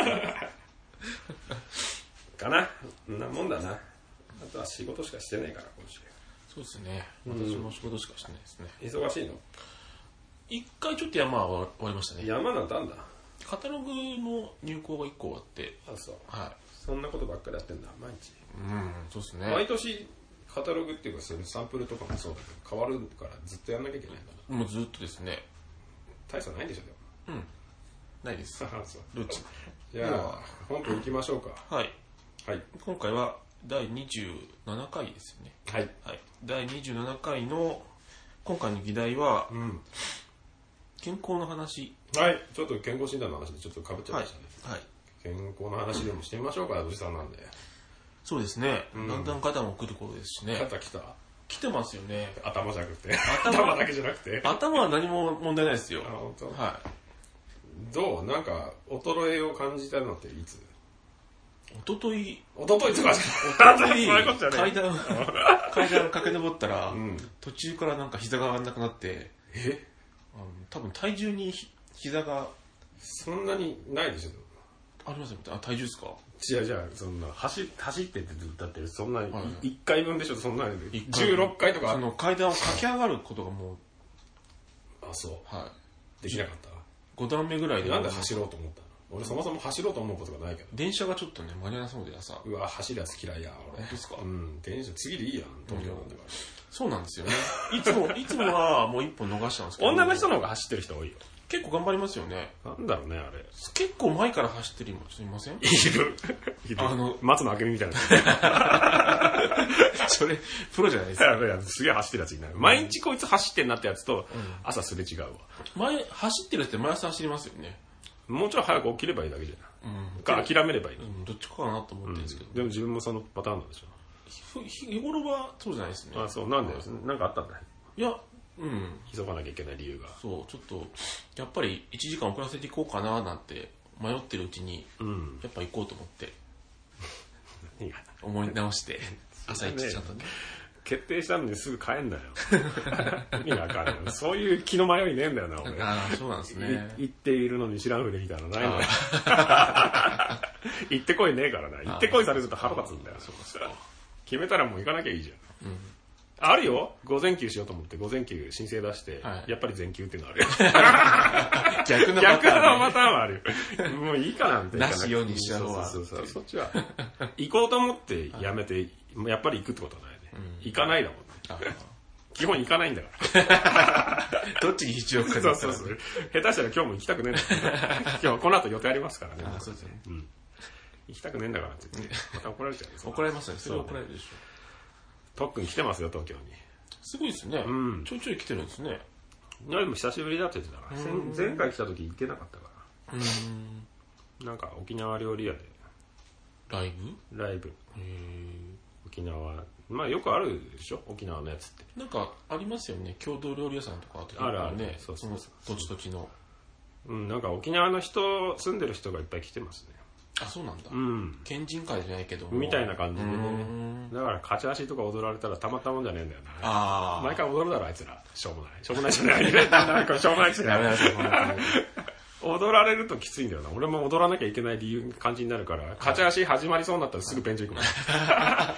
[SPEAKER 2] かな。そんなもんだな。あとは仕事しかしてないから、今週。
[SPEAKER 1] そうですね。私も仕事しかしてないですね。
[SPEAKER 2] 忙しいの？
[SPEAKER 1] 一回ちょっと山は終わりましたね。
[SPEAKER 2] 山なんてあんだ。
[SPEAKER 1] カタログの入稿が一個終わって。
[SPEAKER 2] あ、そう。
[SPEAKER 1] はい。
[SPEAKER 2] そんなことばっかりやってんだ、毎日。
[SPEAKER 1] そうですね。
[SPEAKER 2] 毎年カタログっていうか、それサンプルとかもそうだけど、変わるからずっとやんなきゃいけないんだな。
[SPEAKER 1] もうずっとですね。
[SPEAKER 2] 大差ないんでしょ、でも。
[SPEAKER 1] ないです。ルーチン。
[SPEAKER 2] じゃあ、本編行きましょうか。
[SPEAKER 1] はい。はい。今回は第27回ですよね。
[SPEAKER 2] はい。
[SPEAKER 1] はい。第27回の今回の議題は、健康の話。
[SPEAKER 2] はい。ちょっと健康診断の話でちょっと被っちゃいましたね。
[SPEAKER 1] はい。
[SPEAKER 2] 健康の話でもしてみましょうか、おじさんなんで。
[SPEAKER 1] そうですね。だんだん肩も来る頃ですしね。
[SPEAKER 2] 肩来た？
[SPEAKER 1] 来てますよね。
[SPEAKER 2] 頭じゃなくて。頭だけじゃなくて。
[SPEAKER 1] 頭は何も問題ないですよ。
[SPEAKER 2] あ、本当？
[SPEAKER 1] はい。
[SPEAKER 2] どう？なんか、衰えを感じたのっていつ？
[SPEAKER 1] 一昨日
[SPEAKER 2] とか
[SPEAKER 1] じゃ階段駆け上ったら、途中からなんか膝が上がんなくなって、多分体重に膝が
[SPEAKER 2] そんなにないでしょ。
[SPEAKER 1] ありますよ。体重ですか？
[SPEAKER 2] 違う、そんな走ってってだってそんな1回分でしょ。そんなに16回とか。
[SPEAKER 1] その階段を駆け上がることがもう、
[SPEAKER 2] あ、そう。
[SPEAKER 1] はい。
[SPEAKER 2] できなかった。
[SPEAKER 1] 5段目ぐらいで。
[SPEAKER 2] なんで走ろうと思ったの？俺そもそも走ろうと思うことがないけど。
[SPEAKER 1] 電車がちょっとね、間に合わなそうで朝。
[SPEAKER 2] うわ、走るやつ嫌いや、俺。
[SPEAKER 1] 本当ですか？
[SPEAKER 2] 電車次でいいやん、東京なんだから。
[SPEAKER 1] そうなんですよね。いつもはもう一本逃したんですけど。
[SPEAKER 2] 女の人の方が走ってる人多いよ。
[SPEAKER 1] 結構頑張りますよね。
[SPEAKER 2] なんだろうね、あれ。
[SPEAKER 1] 結構前から走ってる人いません？い
[SPEAKER 2] る。松野明美みたいな。
[SPEAKER 1] それ、プロじゃないですか。
[SPEAKER 2] すげえ走ってるやついない。毎日こいつ走ってんなってやつと、朝すれ違うわ。
[SPEAKER 1] 走ってるやつって毎朝走りますよね。
[SPEAKER 2] もうちょい早く起きればいいだけじゃない。諦めればいい。
[SPEAKER 1] どっちかなと思ってるんですけど。
[SPEAKER 2] でも自分もそのパターンなんでし
[SPEAKER 1] ょ。日頃はそうじゃないですね。
[SPEAKER 2] あ、そう、なんで？なんかあったんだ。
[SPEAKER 1] いや、
[SPEAKER 2] 急がなきゃいけない理由が。
[SPEAKER 1] そう、ちょっと、やっぱり1時間遅らせていこうかななんて迷ってるうちに、やっぱ行こうと思って、思い直して、朝1時ちゃんとね。
[SPEAKER 2] 決定したのにすぐ帰んだよ。意味がわかんない。そういう気の迷いねえんだよな、俺。
[SPEAKER 1] ああ、そうなんですね。
[SPEAKER 2] 行っているのに知らんふりみたいなのないんだよ。行ってこいねえからな。行ってこいされると腹立つんだよ。決めたらもう行かなきゃいいじゃん。あるよ。午前休しようと思って午前休申請出して、やっぱり全休っていうのあるよ。逆のパターンはあるよ。もういいかなんて。
[SPEAKER 1] なしようにしちゃうわ。
[SPEAKER 2] そっちは。行こうと思ってやめて、やっぱり行くってことはないね。行かないだもんね。基本行かないんだから。
[SPEAKER 1] どっちに必要か
[SPEAKER 2] そう。下手したら今日も行きたくねえんだから。今日この後予定ありますからね。
[SPEAKER 1] そうですね。
[SPEAKER 2] 行きたくねえんだからって言って。また怒られちゃう。
[SPEAKER 1] 怒られますね。それは怒られるでしょ。
[SPEAKER 2] 特訓来てますよ、東京に。
[SPEAKER 1] すごいですね。ちょいちょい来てるんですね。
[SPEAKER 2] でも久しぶりだって言ってたから。前回来た時行けなかったから。なんか沖縄料理屋で。
[SPEAKER 1] ライブ
[SPEAKER 2] 沖縄。まあよくあるでしょ、沖縄のやつって。
[SPEAKER 1] なんかありますよね、郷土料理屋さんとか
[SPEAKER 2] ある
[SPEAKER 1] ね。
[SPEAKER 2] そう
[SPEAKER 1] その土地土地の。
[SPEAKER 2] なんか沖縄の人、住んでる人がいっぱい来てますね。
[SPEAKER 1] あ、そうなんだ。県人会じゃないけど
[SPEAKER 2] みたいな感じでね。だから勝ち足とか踊られたらたまったもんじゃねえんだよな。毎回踊るだろあいつら。しょうもないじゃない。しょうもないしない。踊られるときついんだよな。俺も踊らなきゃいけない感じになるから、勝ち足始まりそうになったらすぐ便所行くもん。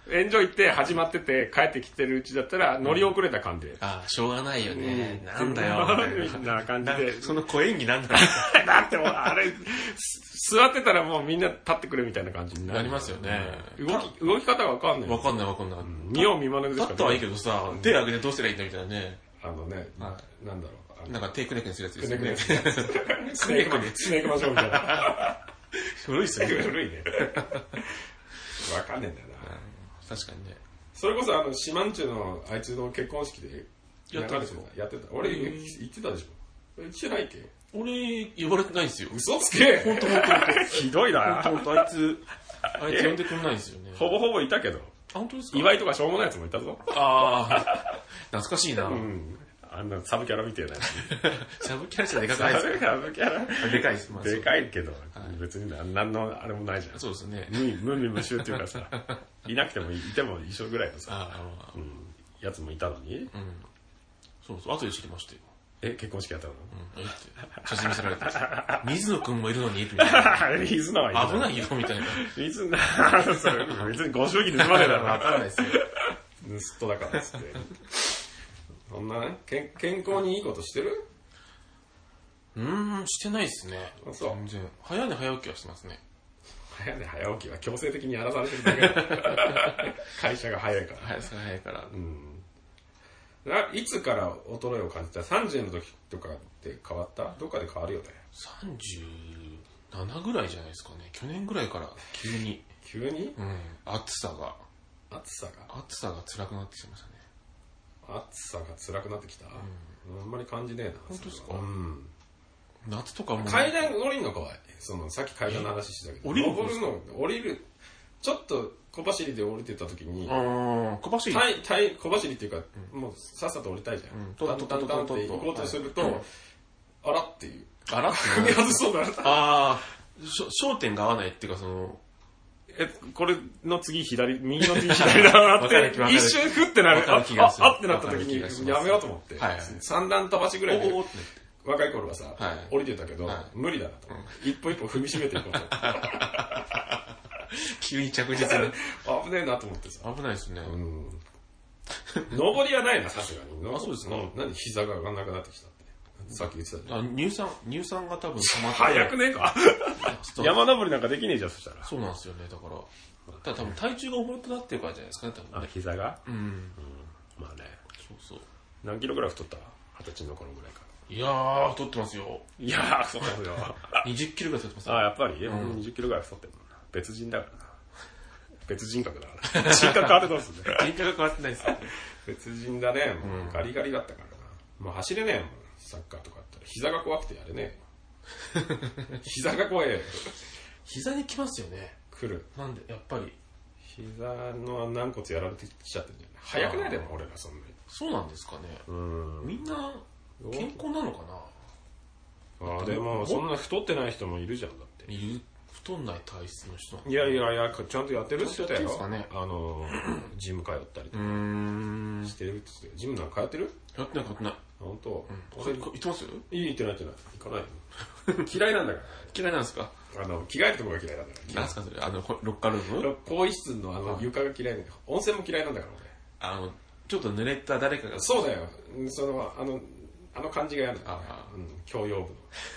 [SPEAKER 2] エンジョイって始まってて帰ってきてるうちだったら乗り遅れた感じで。
[SPEAKER 1] ああ、しょうがないよね。なんだよ。
[SPEAKER 2] みたいな感じで。
[SPEAKER 1] その小演技なんだよ。
[SPEAKER 2] だってもうあれ、座ってたらもうみんな立ってくれみたいな感じに
[SPEAKER 1] なりますよね。
[SPEAKER 2] 動き方がわかんない。
[SPEAKER 1] わかんない。
[SPEAKER 2] 見よう見まねでしか
[SPEAKER 1] 立ったはいいけどさ、手上げてどうすりゃいいんだみたいなね。
[SPEAKER 2] なんだろう。
[SPEAKER 1] なんか手くねくねするやつですよ
[SPEAKER 2] ね。
[SPEAKER 1] スネ
[SPEAKER 2] ークマションみたいな。
[SPEAKER 1] 古いっすね。
[SPEAKER 2] 古いね。わかんねえんだよな。
[SPEAKER 1] 確かにね。
[SPEAKER 2] それこそシマンチュのあいつの結婚式で
[SPEAKER 1] やって
[SPEAKER 2] た。俺言ってたでしょ。言ってないっけ？
[SPEAKER 1] 俺呼ばれてないんですよ。
[SPEAKER 2] 嘘つけ！
[SPEAKER 1] ほんと。
[SPEAKER 2] ひどいな。
[SPEAKER 1] ほんとあいつ呼んでくんないんですよね。
[SPEAKER 2] ほぼほぼいたけど。
[SPEAKER 1] 本当ですか？
[SPEAKER 2] 祝いとかしょうもないやつもいたぞ。
[SPEAKER 1] ああ、懐かしいな。
[SPEAKER 2] あんなサブキャラみたいなや
[SPEAKER 1] つ。サブキャラじゃでかくないですか？
[SPEAKER 2] サブキャラ
[SPEAKER 1] でかいです。
[SPEAKER 2] でかいけど、別に何のあれもないじゃん。
[SPEAKER 1] そうですね。
[SPEAKER 2] 無味無臭っていうかさ、いなくてもいても一緒ぐらいのさ、やつもいたのに。
[SPEAKER 1] そうそう、後で知りましたよ。
[SPEAKER 2] 結婚式やったの？
[SPEAKER 1] 写真見せられて。水野くんもいるのにみたいな。
[SPEAKER 2] 水野はい
[SPEAKER 1] 危ないよみたいな。
[SPEAKER 2] 水野、別にご祝儀盗まねえだろ。
[SPEAKER 1] わかんないですよ。
[SPEAKER 2] 盗っ人だからっつって。そんなね、健康にいいことしてる？
[SPEAKER 1] してないですね。
[SPEAKER 2] そう。
[SPEAKER 1] 全然。早寝早起きはしてますね。
[SPEAKER 2] 早寝早起きは強制的にやらされてるだけだ。会社が早いから。
[SPEAKER 1] 早いから。
[SPEAKER 2] いつから衰えを感じた？30の時とかって変わった？どっかで変わるよね。
[SPEAKER 1] 37ぐらいじゃないですかね。去年ぐらいから急に。
[SPEAKER 2] 急に？
[SPEAKER 1] 暑さが辛くなってきましたね。
[SPEAKER 2] 暑さが辛くなってきた？あんまり感じねえな。
[SPEAKER 1] 本当ですか？夏とかも。
[SPEAKER 2] 階段降りるのかわい。さっき階段の話してたけど。降りる。ちょっと小走りで降りてた時に。
[SPEAKER 1] 小走り
[SPEAKER 2] っていうか、もうさっさと降りたいじゃん。タンタンタンって行こうとすると、あらっていう。
[SPEAKER 1] あらって
[SPEAKER 2] 踏み外そうだな。
[SPEAKER 1] 焦点が合わないっていうか
[SPEAKER 2] これの次左、右の次左だなって、一瞬ふってなる。あってなった時に、やめようと思って。3段飛ばしぐらいで、若い頃はさ、降りてたけど、無理だなと。一歩一歩踏みしめていこうと。
[SPEAKER 1] 急に着実に。
[SPEAKER 2] 危ねえなと思ってさ。
[SPEAKER 1] 危ないですね。
[SPEAKER 2] 登りはないな、さすがに。
[SPEAKER 1] そうですね。
[SPEAKER 2] なんで膝が上がんなくなってきたって。さっき言ってた。
[SPEAKER 1] 乳酸が多分溜まって。
[SPEAKER 2] 早くねえか山登りなんかできねえじゃん、そしたら。
[SPEAKER 1] そうなんですよね、だから。ただ多分体重が重くなってるからじゃないですかね、多分ね。
[SPEAKER 2] 膝がまあね。
[SPEAKER 1] そう。
[SPEAKER 2] 何キロぐらい太った？20歳の頃ぐらいから。
[SPEAKER 1] いやー、太ってますよ。
[SPEAKER 2] いやー、そうですよ。
[SPEAKER 1] 20キロぐらい太ってます。
[SPEAKER 2] やっぱり20キロぐらい太ってるもんな。別人だからな。別人格だから。人格変わってどうすんだよ。
[SPEAKER 1] 人格が変わってないですよ。
[SPEAKER 2] 別人だね。ガリガリだったからな。もう走れねえもん。サッカーとかあったら。膝が怖くてやれねえ。膝が怖え。
[SPEAKER 1] 膝に来ますよね。
[SPEAKER 2] 来る。
[SPEAKER 1] なんで、やっぱり。
[SPEAKER 2] 膝の軟骨やられてきちゃってんじゃない？早くないでも俺らそんなに。
[SPEAKER 1] そうなんですかね。みんな健康なのかな？
[SPEAKER 2] でもそんな太ってない人もいるじゃんだって。
[SPEAKER 1] 太んない体質の人。
[SPEAKER 2] いやちゃんとやってるって言ってたよ。ジム通ったりとかしてるって言って。ジムなんか通ってる？
[SPEAKER 1] やってない。
[SPEAKER 2] 本当？
[SPEAKER 1] 行ってます？
[SPEAKER 2] 行ってない。行かないよ。嫌いなんだから。
[SPEAKER 1] 嫌いなんですか？
[SPEAKER 2] 着替えるとこが嫌いなんだから。
[SPEAKER 1] なんすかそれ？ロッカールーム？
[SPEAKER 2] 更衣室の床が嫌いだよ。温泉も嫌いなんだから俺。
[SPEAKER 1] ちょっと濡れた誰かが。
[SPEAKER 2] そうだよ。あの感じが嫌だよ。共用部の。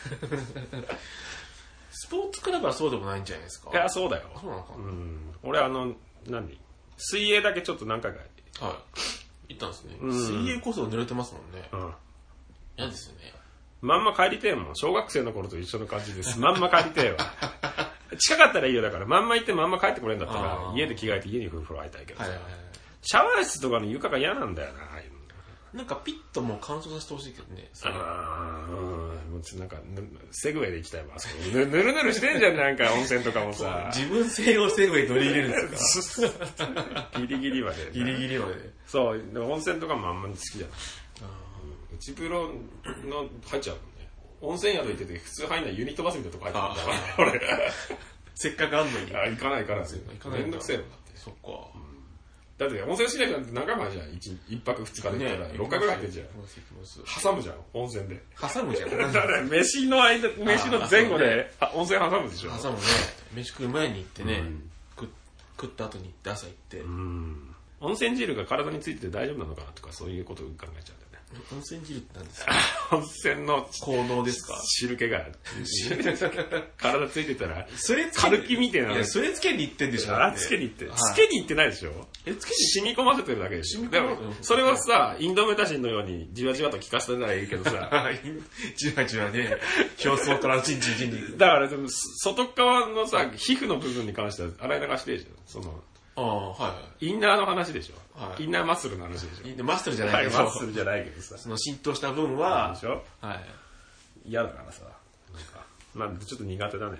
[SPEAKER 1] スポーツクラブはそうでもないんじゃないですか？
[SPEAKER 2] いや、そうだよ。
[SPEAKER 1] そうなのかな？
[SPEAKER 2] 俺水泳だけちょっと何回か。
[SPEAKER 1] 行ったんですね。水泳こそ濡れてますもんね。嫌ですよね。
[SPEAKER 2] まんま帰りてえもん。小学生の頃と一緒の感じです。まんま帰りてえわ。近かったらいいよ。だからまんま行ってまんま帰ってこれんだったら家で着替えて家に風呂入りたいけどさ。シャワー室とかの床が嫌なんだよな。
[SPEAKER 1] なんかピットも乾燥させてほしいけどね。
[SPEAKER 2] なんかセグウェイで行きたいわ。ぬるぬるしてんじゃん、なんか温泉とかもさ。
[SPEAKER 1] 自分専用セグウェイ取り入れるんですか？
[SPEAKER 2] ギリギリまで。
[SPEAKER 1] ギリギリまで。
[SPEAKER 2] そう、温泉とかもあんまり好きじゃない。内風呂の入っちゃうもんね。温泉宿行ってて普通入んないユニットバスみたいなとこ入ってるんだから、俺。
[SPEAKER 1] せっかくあんのに。
[SPEAKER 2] 行かない。めんどくせえのだって。
[SPEAKER 1] そっか。
[SPEAKER 2] だって温泉しないなんて何回もあるじゃん。1泊2日で行ったら6回ぐらい入ってんじゃん。挟むじゃん、温泉で。
[SPEAKER 1] 挟むじゃん。
[SPEAKER 2] だから飯の前後で温泉挟むでしょ。
[SPEAKER 1] 挟むね。飯食う前に行ってね。 食った後に行って朝行って、
[SPEAKER 2] 温泉汁が体についてて大丈夫なのかなとかそういうことを考えちゃうんだよね。
[SPEAKER 1] 温泉汁って何ですか？
[SPEAKER 2] 温泉の
[SPEAKER 1] 効能ですか？
[SPEAKER 2] 汁気が体ついてたら
[SPEAKER 1] それ
[SPEAKER 2] カルキみたいな。
[SPEAKER 1] いやそれつけに行ってんでしょ。
[SPEAKER 2] つけに行って、つけに行ってないでしょ。つけに染み込ませてるだけでしょ。でもそれはさ、インドメタジンのようにじわじわと効かせたらいいけどさ、
[SPEAKER 1] じわじわね、表層からチンチンチンに。
[SPEAKER 2] だからでも外側のさ皮膚の部分に関しては洗い流してるじゃん。そのインナーの話でしょ、インナーマッスルの話でしょ。
[SPEAKER 1] マッスルじゃないけど、
[SPEAKER 2] マッスルじゃないけどさ、
[SPEAKER 1] その浸透した分は
[SPEAKER 2] でしょ、嫌だからさ、なんかちょっと苦手だね。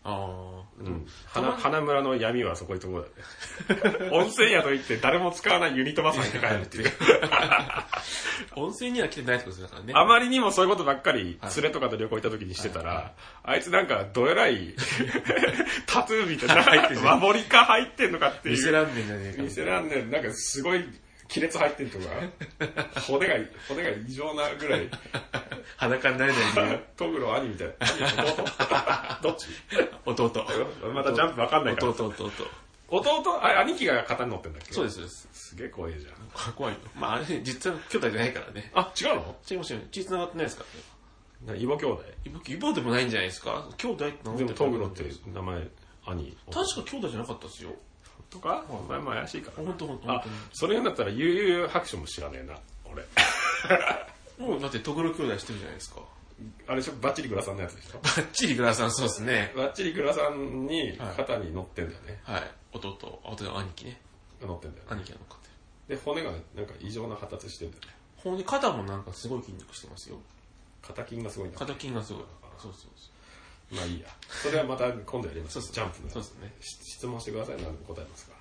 [SPEAKER 2] 花村の闇はそこいうところだね。温泉宿行って誰も使わないユニットバスに帰るっていう。
[SPEAKER 1] 温泉には来てないってことだからね。
[SPEAKER 2] あまりにもそういうことばっかり連れとかと旅行行った時にしてたら、あいつなんかどえらいタトゥーみたいな入ってる、守りか入ってんのかっていう。
[SPEAKER 1] 見せらんねんじゃねえか。
[SPEAKER 2] 見せらんねん、なんかすごい亀裂入ってるとか、骨が異常なぐらい。
[SPEAKER 1] 裸になれないで。
[SPEAKER 2] トグロ兄みたいな。弟どっち？
[SPEAKER 1] 弟。
[SPEAKER 2] またジャンプわかんないから。
[SPEAKER 1] 弟。
[SPEAKER 2] 兄貴が肩に乗ってんだっけ？
[SPEAKER 1] そうです。
[SPEAKER 2] すげえ怖いじゃ
[SPEAKER 1] ん。怖いよ。まああれ実は兄弟じゃないからね。
[SPEAKER 2] あ、違うの？
[SPEAKER 1] 違いますよね。血繋がってないですからね。
[SPEAKER 2] 異母兄弟？
[SPEAKER 1] 異母でもないんじゃないですか？兄弟って名前。
[SPEAKER 2] でもトグロって名前、兄。
[SPEAKER 1] 確か兄弟じゃなかったですよ。
[SPEAKER 2] とか？お前も怪しいから。
[SPEAKER 1] 本当。
[SPEAKER 2] あ、それ言うんだったら悠々白書も知らねえな、俺。
[SPEAKER 1] もうだってトグロ兄弟してるじゃないですか。
[SPEAKER 2] あれでしょ、バッチリグラさんのやつでしょ。
[SPEAKER 1] バッチリグラさん、そうですね。
[SPEAKER 2] バッチリグラさんに肩に乗ってんだよね。
[SPEAKER 1] はい。弟の兄貴ね。
[SPEAKER 2] 乗ってんだよね。
[SPEAKER 1] 兄貴が乗っかって
[SPEAKER 2] る。で、骨がなんか異常な発達してるんだよね。
[SPEAKER 1] 骨、肩もなんかすごい筋肉してますよ。
[SPEAKER 2] 肩筋がすごいんだ。
[SPEAKER 1] 肩筋がすごい。そう。
[SPEAKER 2] まあいいや。それはまた今度やります。ジャンプの。
[SPEAKER 1] そうですね。
[SPEAKER 2] 質問してください。何で答えますか。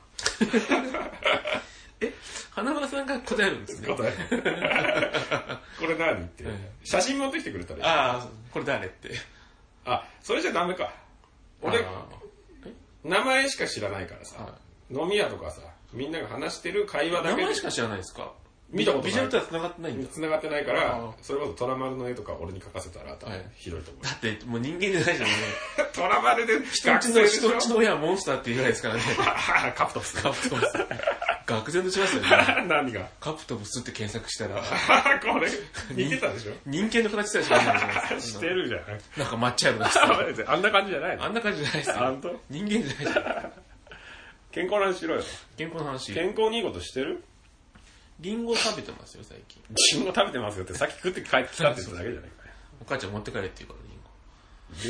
[SPEAKER 1] 花輪さんが答えるんですね。
[SPEAKER 2] 答える。これ何って。写真持ってきてくれたらいい。
[SPEAKER 1] ああ、これ誰って。
[SPEAKER 2] あ、それじゃダメか。俺、名前しか知らないからさ、飲み屋とかさ、みんなが話してる会話だけで。
[SPEAKER 1] 名前しか知らないですか？
[SPEAKER 2] 見たことない。
[SPEAKER 1] ビジュアルとは繋がってないんだ。
[SPEAKER 2] 繋がってないから、それこそトラマルの絵とか俺に描かせたらひどいと思う。
[SPEAKER 1] だってもう人間じゃないじゃんね。
[SPEAKER 2] トラマルで
[SPEAKER 1] 人んちの親はモンスターっていうぐらいですからね。
[SPEAKER 2] カプトプス。
[SPEAKER 1] 愕然としますよね。
[SPEAKER 2] 何が？
[SPEAKER 1] カプトプスって検索したら。
[SPEAKER 2] これ、似てたでしょ？
[SPEAKER 1] 人間の形したらしかないじゃないですか。
[SPEAKER 2] してるじゃん。
[SPEAKER 1] なんか抹茶色だし。
[SPEAKER 2] あんな感じじゃないの？
[SPEAKER 1] あんな感じじゃないですよ。人間じゃないじゃん。
[SPEAKER 2] 健康の話しろよ。
[SPEAKER 1] 健康の話。
[SPEAKER 2] 健康にいいことしてる？
[SPEAKER 1] リンゴ食べてますよ、最近。
[SPEAKER 2] リンゴ食べてますよって、さっき食って帰ってきたって言っただけじゃないかね。
[SPEAKER 1] お母ちゃん持って帰れって言うから、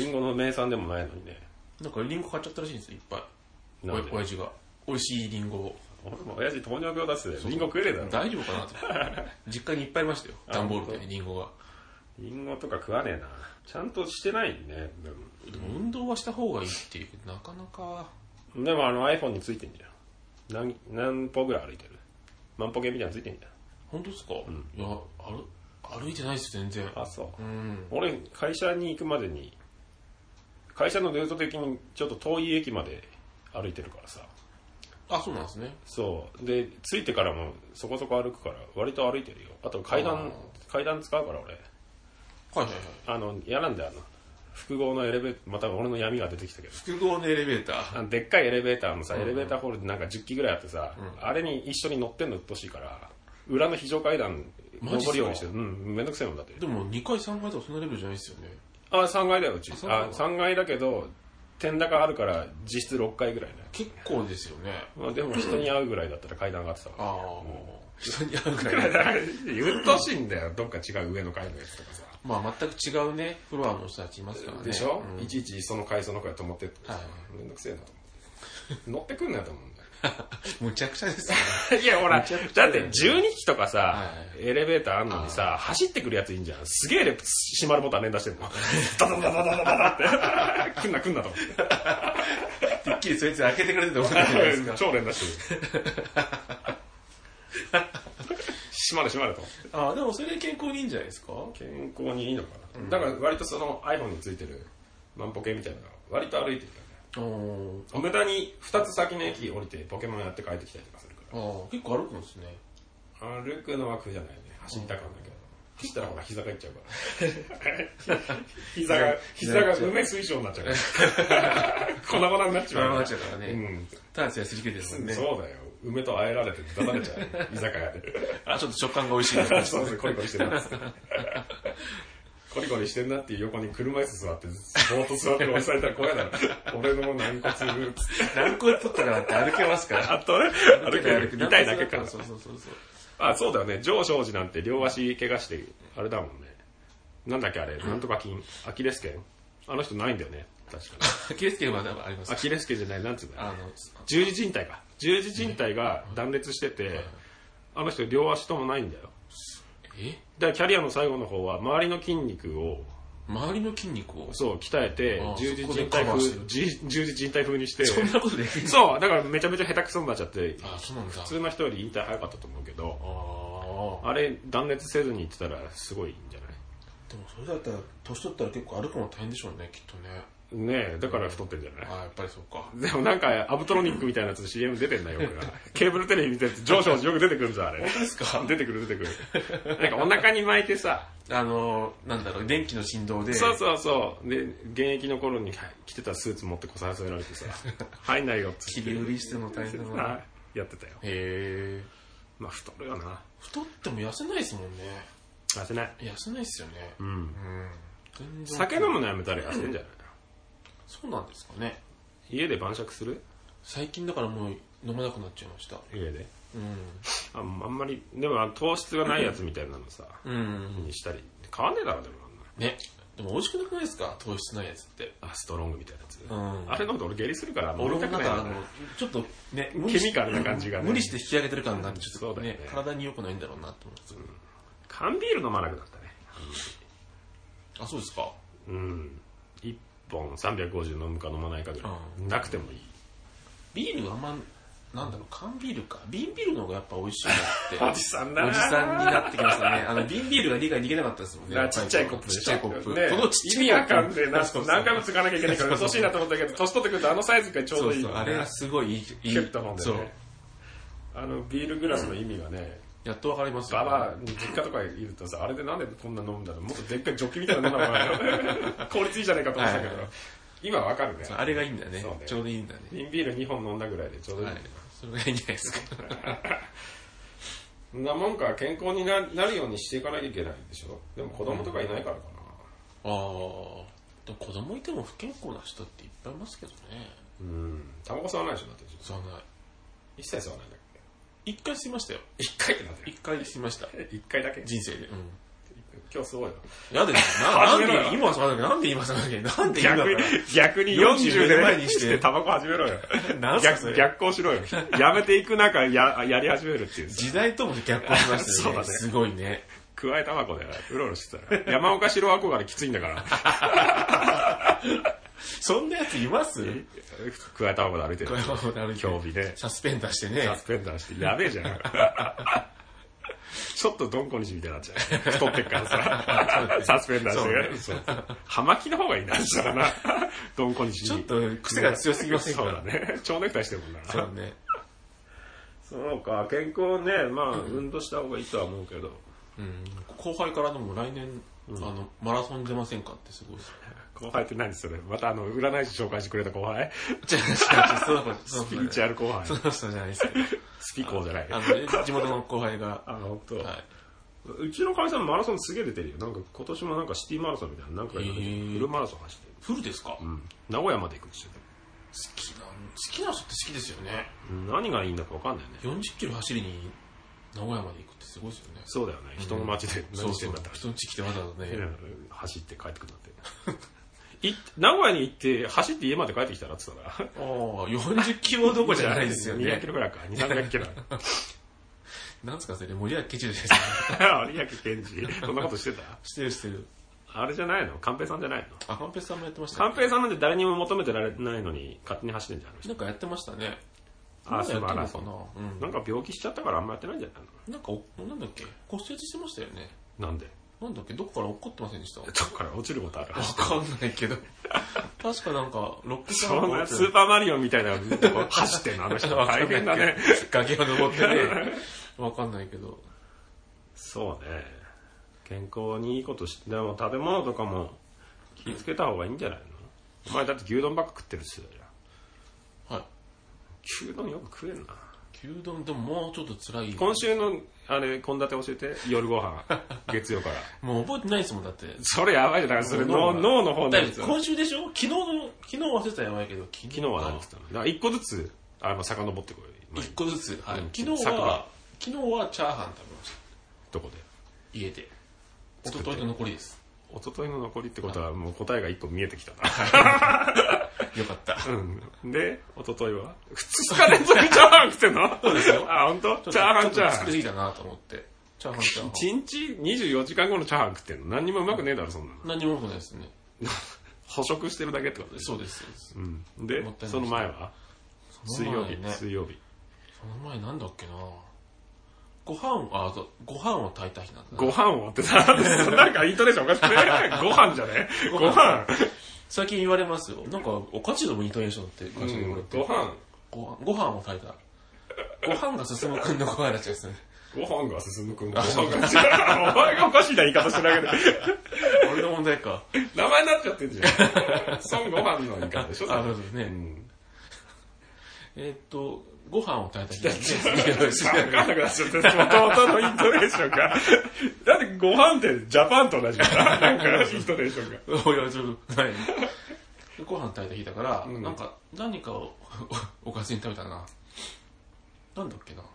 [SPEAKER 2] リンゴの名産でもないのにね。
[SPEAKER 1] なんかリンゴ買っちゃったらしいんですよ、いっぱい。親父が。美味しいリンゴを。
[SPEAKER 2] 俺も親父糖尿病だっつってリンゴ食えれだろ。
[SPEAKER 1] 大丈夫かなと。実家にいっぱいありましたよ、段ボールでリンゴが。
[SPEAKER 2] リンゴとか食わねえな。ちゃんとしてないね。
[SPEAKER 1] でも運動はした方がいいっていう、なかなか。
[SPEAKER 2] でもiPhone についてんじゃん。何歩ぐらい歩いてる？万歩計みたいなのついてんじゃん。
[SPEAKER 1] 本当ですか？いや、歩いてないですよ、全然。
[SPEAKER 2] あ、そう。俺、会社に行くまでに、会社のルート的にちょっと遠い駅まで歩いてるからさ。
[SPEAKER 1] あ、そうなんですね。
[SPEAKER 2] そう。で、着いてからもそこそこ歩くから、割と歩いてるよ。あと階段使うから俺。嫌なんだよ、複合のエレベーター、また俺の闇が出てきたけど。
[SPEAKER 1] 複合のエレベーター。
[SPEAKER 2] でっかいエレベーターのさ、エレベーターホールでなんか10機ぐらいあってさ、あれに一緒に乗ってんのうっとしいから、裏の非常階段登るようにしてる。めんどくせえもんだって。
[SPEAKER 1] でも2階3階とかそんなレベルじゃないですよね。
[SPEAKER 2] あ、3階だよ、うち。3階だけど、天高あるから実質6階ぐらいね。
[SPEAKER 1] 結構ですよね。
[SPEAKER 2] まあでも人に会うぐらいだったら階段上がってたから。
[SPEAKER 1] 人に会うぐらい。
[SPEAKER 2] うっとしいんだよ、どっか違う上の階のやつとかさ。
[SPEAKER 1] まあ全く違うね、フロアの人たちいますからね。
[SPEAKER 2] でしょ？いちいちその階と思ってってめんどくせえなと思って。乗ってくんなよと思うんだよ。
[SPEAKER 1] むちゃくちゃですよね。
[SPEAKER 2] いやほら、だって12機とかさ、エレベーターあんのにさ、走ってくるやついいんじゃん。すげえ閉まるボタン連打してんの。ダダダダダダダって。来んなと思って。
[SPEAKER 1] てっきりそいつ開けてくれてて思ったじゃないですか。
[SPEAKER 2] 超連打してる。閉まると思って。
[SPEAKER 1] あ、でもそれで健康にいいんじゃないですか？
[SPEAKER 2] 健康にいいのかな。だから割とその iPhone についてる万歩計みたいなのが割と歩いてるよね。無駄に2つ先の駅降りてポケモンやって帰ってきたりとかするから。
[SPEAKER 1] 結構歩くんですね。
[SPEAKER 2] 歩くのは苦じゃないね。走った感だけど。 走ったらほら膝がいっちゃうから膝が梅水晶になっちゃうから粉々になっちゃう
[SPEAKER 1] からね。ただつやすり切れですもんね。
[SPEAKER 2] そうだよ。梅と和えられて出されちゃう居酒屋で。
[SPEAKER 1] ちょっと食感が美味しいな。
[SPEAKER 2] そうです、コリコリしてるな。コリコリしてんなっていう横に車椅子座って、ぼーっと座ってるおじさんいたら怖いだろ。俺の軟骨
[SPEAKER 1] 軟骨取ったからって歩けますから。
[SPEAKER 2] あとね、歩ける。痛いだけか。
[SPEAKER 1] そう。
[SPEAKER 2] そうだよね。上昇寺なんて両足怪我して、あれだもんね。なんだっけあれ、なんとか筋、アキレス腱あの人ないんだよね。確かに。
[SPEAKER 1] アキレス腱はあります。
[SPEAKER 2] アキレス腱じゃない、なんつうんだ。十字靭帯か。十字靭帯が断裂してて、あの人両足ともないんだよ。だからキャリアの最後の方は周りの筋肉をそう鍛えて十字靭帯風にして、
[SPEAKER 1] そんなことできる。
[SPEAKER 2] そうだからめちゃめちゃ下手くそになっちゃって、
[SPEAKER 1] そうなんだ。
[SPEAKER 2] 普通の人より引退早かったと思うけど、あれ断裂せずにいってたらすごいんじゃない？
[SPEAKER 1] でもそれだったら年取ったら結構歩くの大変でしょうね、きっとね。
[SPEAKER 2] ねえ、だから太ってんじゃない？
[SPEAKER 1] やっぱりそうか。
[SPEAKER 2] でもなんかアブトロニックみたいなやつで CM 出てんだよ、俺が。ケーブルテレビ見てると上昇寺よく出てくるんじゃん、あれ。
[SPEAKER 1] 本当ですか？
[SPEAKER 2] 出てくる。なんかお腹に巻いてさ、
[SPEAKER 1] なんだろう、電気の振動で。
[SPEAKER 2] そう。で、現役の頃に着てたスーツ持ってこさせられてさ、入んないよっつって。
[SPEAKER 1] 切り売りしても大変だな。
[SPEAKER 2] やってたよ。
[SPEAKER 1] へー。
[SPEAKER 2] まあ太るよな。
[SPEAKER 1] 太っても痩せないですもんね。
[SPEAKER 2] 痩せない。
[SPEAKER 1] 痩せないっすよね。
[SPEAKER 2] 酒飲むのやめたら痩せるんじゃない？
[SPEAKER 1] そうなんですかね。
[SPEAKER 2] 家で晩酌する？
[SPEAKER 1] 最近だからもう飲まなくなっちゃいました。
[SPEAKER 2] 家で？あんまり、でも糖質がないやつみたいなのさ、にしたり。変わんねえだろ、でも
[SPEAKER 1] ね。でも美味しくなくないですか？糖質ないやつって。
[SPEAKER 2] ストロングみたいなやつ。あれ飲むと俺下痢するから、
[SPEAKER 1] 俺もなんかちょっとね、
[SPEAKER 2] ケミカルな感じがね。
[SPEAKER 1] 無理して引き上げてる感があって、ちょっと
[SPEAKER 2] ね、
[SPEAKER 1] 体に良くないんだろうなって思います。
[SPEAKER 2] 缶ビール飲まなくなったね。
[SPEAKER 1] そうですか。
[SPEAKER 2] 1本350飲むか飲まないかぐらい。なくてもいい。
[SPEAKER 1] ビールはなんだろう、缶ビールか。瓶ビールの方がやっぱ美味しいなって。
[SPEAKER 2] おじさんだな。
[SPEAKER 1] おじさんになってきましたね。瓶ビールが理解できなかったですもんね。
[SPEAKER 2] ちっちゃいコップでしょ。
[SPEAKER 1] ちっちゃいコップ。
[SPEAKER 2] このちっちゃい意味わかんで何回も使わなきゃいけないから欲しいなと思ったけど、年取ってくるとあのサイズがちょうどいい。
[SPEAKER 1] あれがすごいいい。
[SPEAKER 2] キュッと飲んでね。ビールグラスの意味がね、
[SPEAKER 1] やっとわかりますよ。
[SPEAKER 2] 実家とかいるとさ、あれでなんでこんな飲むんだろう。もっとでっかいジョッキみたいなの飲んだ方が効率いいじゃないかと思ったけど、今わかるね。
[SPEAKER 1] あれがいいんだね。ちょうどいいんだね。
[SPEAKER 2] 瓶ビール2本飲んだぐらいでちょうどいい。
[SPEAKER 1] それがいいんじゃないですか。
[SPEAKER 2] そんなもんか、健康になるようにしていかなきゃいけないでしょ。でも子供とかいないからかな。
[SPEAKER 1] でも子供いても不健康な人っていっぱいいますけどね。
[SPEAKER 2] タバコ吸わないでしょ、だって。
[SPEAKER 1] 吸わない。
[SPEAKER 2] 一切吸わないんだっ
[SPEAKER 1] け？一回吸いましたよ。
[SPEAKER 2] 一回ってなってる。
[SPEAKER 1] 一回吸いました。
[SPEAKER 2] 一回だけ？
[SPEAKER 1] 人生で。
[SPEAKER 2] 今日すごいよ。
[SPEAKER 1] やだよ。なんで今吸わなきゃ、なんで今吸わなきゃ、なんで今
[SPEAKER 2] 逆に40年前にしてタバコ始めろよ。逆行しろよ。やめていく中やり始めるっていう。
[SPEAKER 1] 時代とも逆行しましたよね。そうだね。すごいね。
[SPEAKER 2] 加えタバコでうろうろしてたら。山岡白憧れきついんだから。
[SPEAKER 1] そんなやついます？
[SPEAKER 2] 加えタバコで歩いてる。競技で。
[SPEAKER 1] サスペンダーしてね。
[SPEAKER 2] サスペンダーして。やべえじゃん。ちょっとドンコニシみたいになっちゃう。太ってっからさ。サスペンダーして。葉巻の方がいいな、そしたらな。ドンコニシ。
[SPEAKER 1] ちょっと癖が強すぎます
[SPEAKER 2] よ。そうだね。蝶ネクタイしてるもんな。
[SPEAKER 1] そうね。
[SPEAKER 2] そうか、健康ね、運動した方がいいとは思うけど。
[SPEAKER 1] 後輩からでも来年、マラソン出ませんかってすごいですね。
[SPEAKER 2] 後輩って何それ？また占い師紹介してくれた後輩？
[SPEAKER 1] ス
[SPEAKER 2] ピリチュアル後輩。
[SPEAKER 1] そうじゃないですけど。
[SPEAKER 2] スピコーじゃない。
[SPEAKER 1] 地元の後輩が。
[SPEAKER 2] 本当。うちの会社のマラソンすげえ出てるよ。なんか今年もなんかシティマラソンみたいな、なんかフルマラソン走ってる。
[SPEAKER 1] フルですか？
[SPEAKER 2] 名古屋まで行くんですよ。
[SPEAKER 1] 好きな人って好きですよね。
[SPEAKER 2] 何がいいんだか分かんないね。
[SPEAKER 1] 40キロ走りに名古屋まで行くってすごいですよね。
[SPEAKER 2] そうだよね。人の街で何してんだったら。
[SPEAKER 1] 人の地来てわざわざね。
[SPEAKER 2] 走って帰ってくるなんて。名古屋に行って走って家まで帰ってきたらって言ったら。
[SPEAKER 1] 40キロどころじゃないですよね。
[SPEAKER 2] 200キロぐらいか。2、300キロ。
[SPEAKER 1] なんすかそれ、森脇健児ですね。
[SPEAKER 2] 森脇健児。そんなことしてた？
[SPEAKER 1] してる。
[SPEAKER 2] あれじゃないの？寛平さんじゃないの？
[SPEAKER 1] 寛平さんもやってました。
[SPEAKER 2] 寛平さんなんて誰にも求めてられないのに勝手に走ってんじゃん。
[SPEAKER 1] なんかやってましたね。
[SPEAKER 2] そうなのかな。なんか病気しちゃったからあんまやってないんじゃない
[SPEAKER 1] の？なんだっけ骨折してましたよね。
[SPEAKER 2] なんで？
[SPEAKER 1] なんだっけどこから落っこってませんでした？
[SPEAKER 2] どこから落ちることある？
[SPEAKER 1] わかんないけど。確かなんか、ロック
[SPEAKER 2] そんなスーパーマリオみたいな走ってんのあの人。大変だね。
[SPEAKER 1] 崖を登ってね。わかんないけど。
[SPEAKER 2] そうね。 健康にいいことでも食べ物とかも気をつけた方がいいんじゃないの？お前だって牛丼ばっか食ってるっすよ。
[SPEAKER 1] はい。
[SPEAKER 2] 牛丼よく食えんな。
[SPEAKER 1] 牛丼でももうちょっと辛い。
[SPEAKER 2] 今週のあれ献立教えて。夜ご飯月曜から。
[SPEAKER 1] もう覚えてないですもんだって。
[SPEAKER 2] それやばいじゃない。それ脳の方のやつ。
[SPEAKER 1] 今週でしょ。昨日忘れたらやばいけど。
[SPEAKER 2] 昨日は何って言ったの？だから一個ずつ遡ってこい。
[SPEAKER 1] 一個ずつ。はい。昨日はチャーハン食べました。
[SPEAKER 2] どこで？
[SPEAKER 1] 家で。一昨日の残りです。
[SPEAKER 2] 一昨日の残りってことはもう答えが一個見えてきたな。
[SPEAKER 1] よかった。
[SPEAKER 2] うん。で、一昨日は2日連続チャーハン食ってんの？
[SPEAKER 1] そうですよ。
[SPEAKER 2] あ、本当？チャーハン。
[SPEAKER 1] 作りすぎだなと思って。チャーハン。
[SPEAKER 2] 1日24時間後のチャーハン食ってんの？何にもうまくねえだろ、そんなの。
[SPEAKER 1] 何にもうまくないですね。
[SPEAKER 2] 捕食してるだけってことです。
[SPEAKER 1] そうです。
[SPEAKER 2] うん。で、その前は水曜日。
[SPEAKER 1] その前なんだっけな。ご飯を炊いた日なんだ。
[SPEAKER 2] ご飯をってなんかイントネーションおかしくね？ご飯じゃね？ご飯。
[SPEAKER 1] 最近言われますよ。なんかおかしいのもイントネーションって会社に言われて。ご飯を炊いた。ご飯が進むくんのご飯になっちゃうんですね。
[SPEAKER 2] ご飯が進むくんのご飯が。お前がおかしいな言い方してるだけで。
[SPEAKER 1] 俺の問題か。
[SPEAKER 2] 名前になっちゃってんじゃん。孫ご飯の言い方でしょ？
[SPEAKER 1] そうですね。ご飯を炊いた日なんで。
[SPEAKER 2] 分かんなくなっちゃって、元々のイントネーションが。だってご飯ってジャパンと同じかな。なんかイントネーションが。
[SPEAKER 1] いや、ちょっとない。ご飯炊いた日だから、なんか何かをおかずに食べたな。なんだっけな。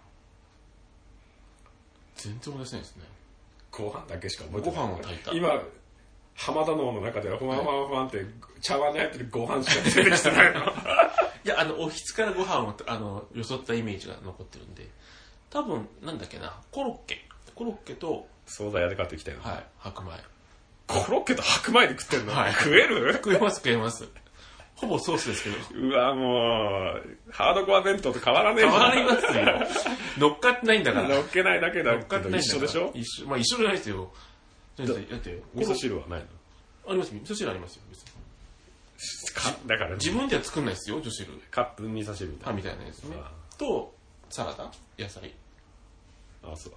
[SPEAKER 1] 全然思い出せないですね。
[SPEAKER 2] ご飯だけしか覚えてない。
[SPEAKER 1] ご飯を炊いた。
[SPEAKER 2] 今、浜田脳の中ではふわふわふわって茶碗に入ってるご飯しか出てきてないの。
[SPEAKER 1] いや、おひつからご飯をよそったイメージが残ってるんで、多分、なんだっけな、コロッケと、
[SPEAKER 2] 惣菜屋で買ってきたよ。
[SPEAKER 1] はい、白米。
[SPEAKER 2] コロッケと白米で食ってんの？はい。食える？
[SPEAKER 1] 食えます。ほぼソースですけど。
[SPEAKER 2] うわ、もう、ハードコア弁当と変わらねえじゃん。
[SPEAKER 1] 変わりますよ。乗っかってないんだから。
[SPEAKER 2] 乗っけないだけだけど一緒でしょ？
[SPEAKER 1] まあ一緒じゃないですよ。だって
[SPEAKER 2] 味噌汁はないの？
[SPEAKER 1] あります。味噌汁ありますよ、別に。
[SPEAKER 2] だから
[SPEAKER 1] 自分では作んないですよ、女汁。
[SPEAKER 2] カップ味噌汁みたいな。
[SPEAKER 1] みたいなやつね。と、サラダ、野菜。
[SPEAKER 2] あ、そう。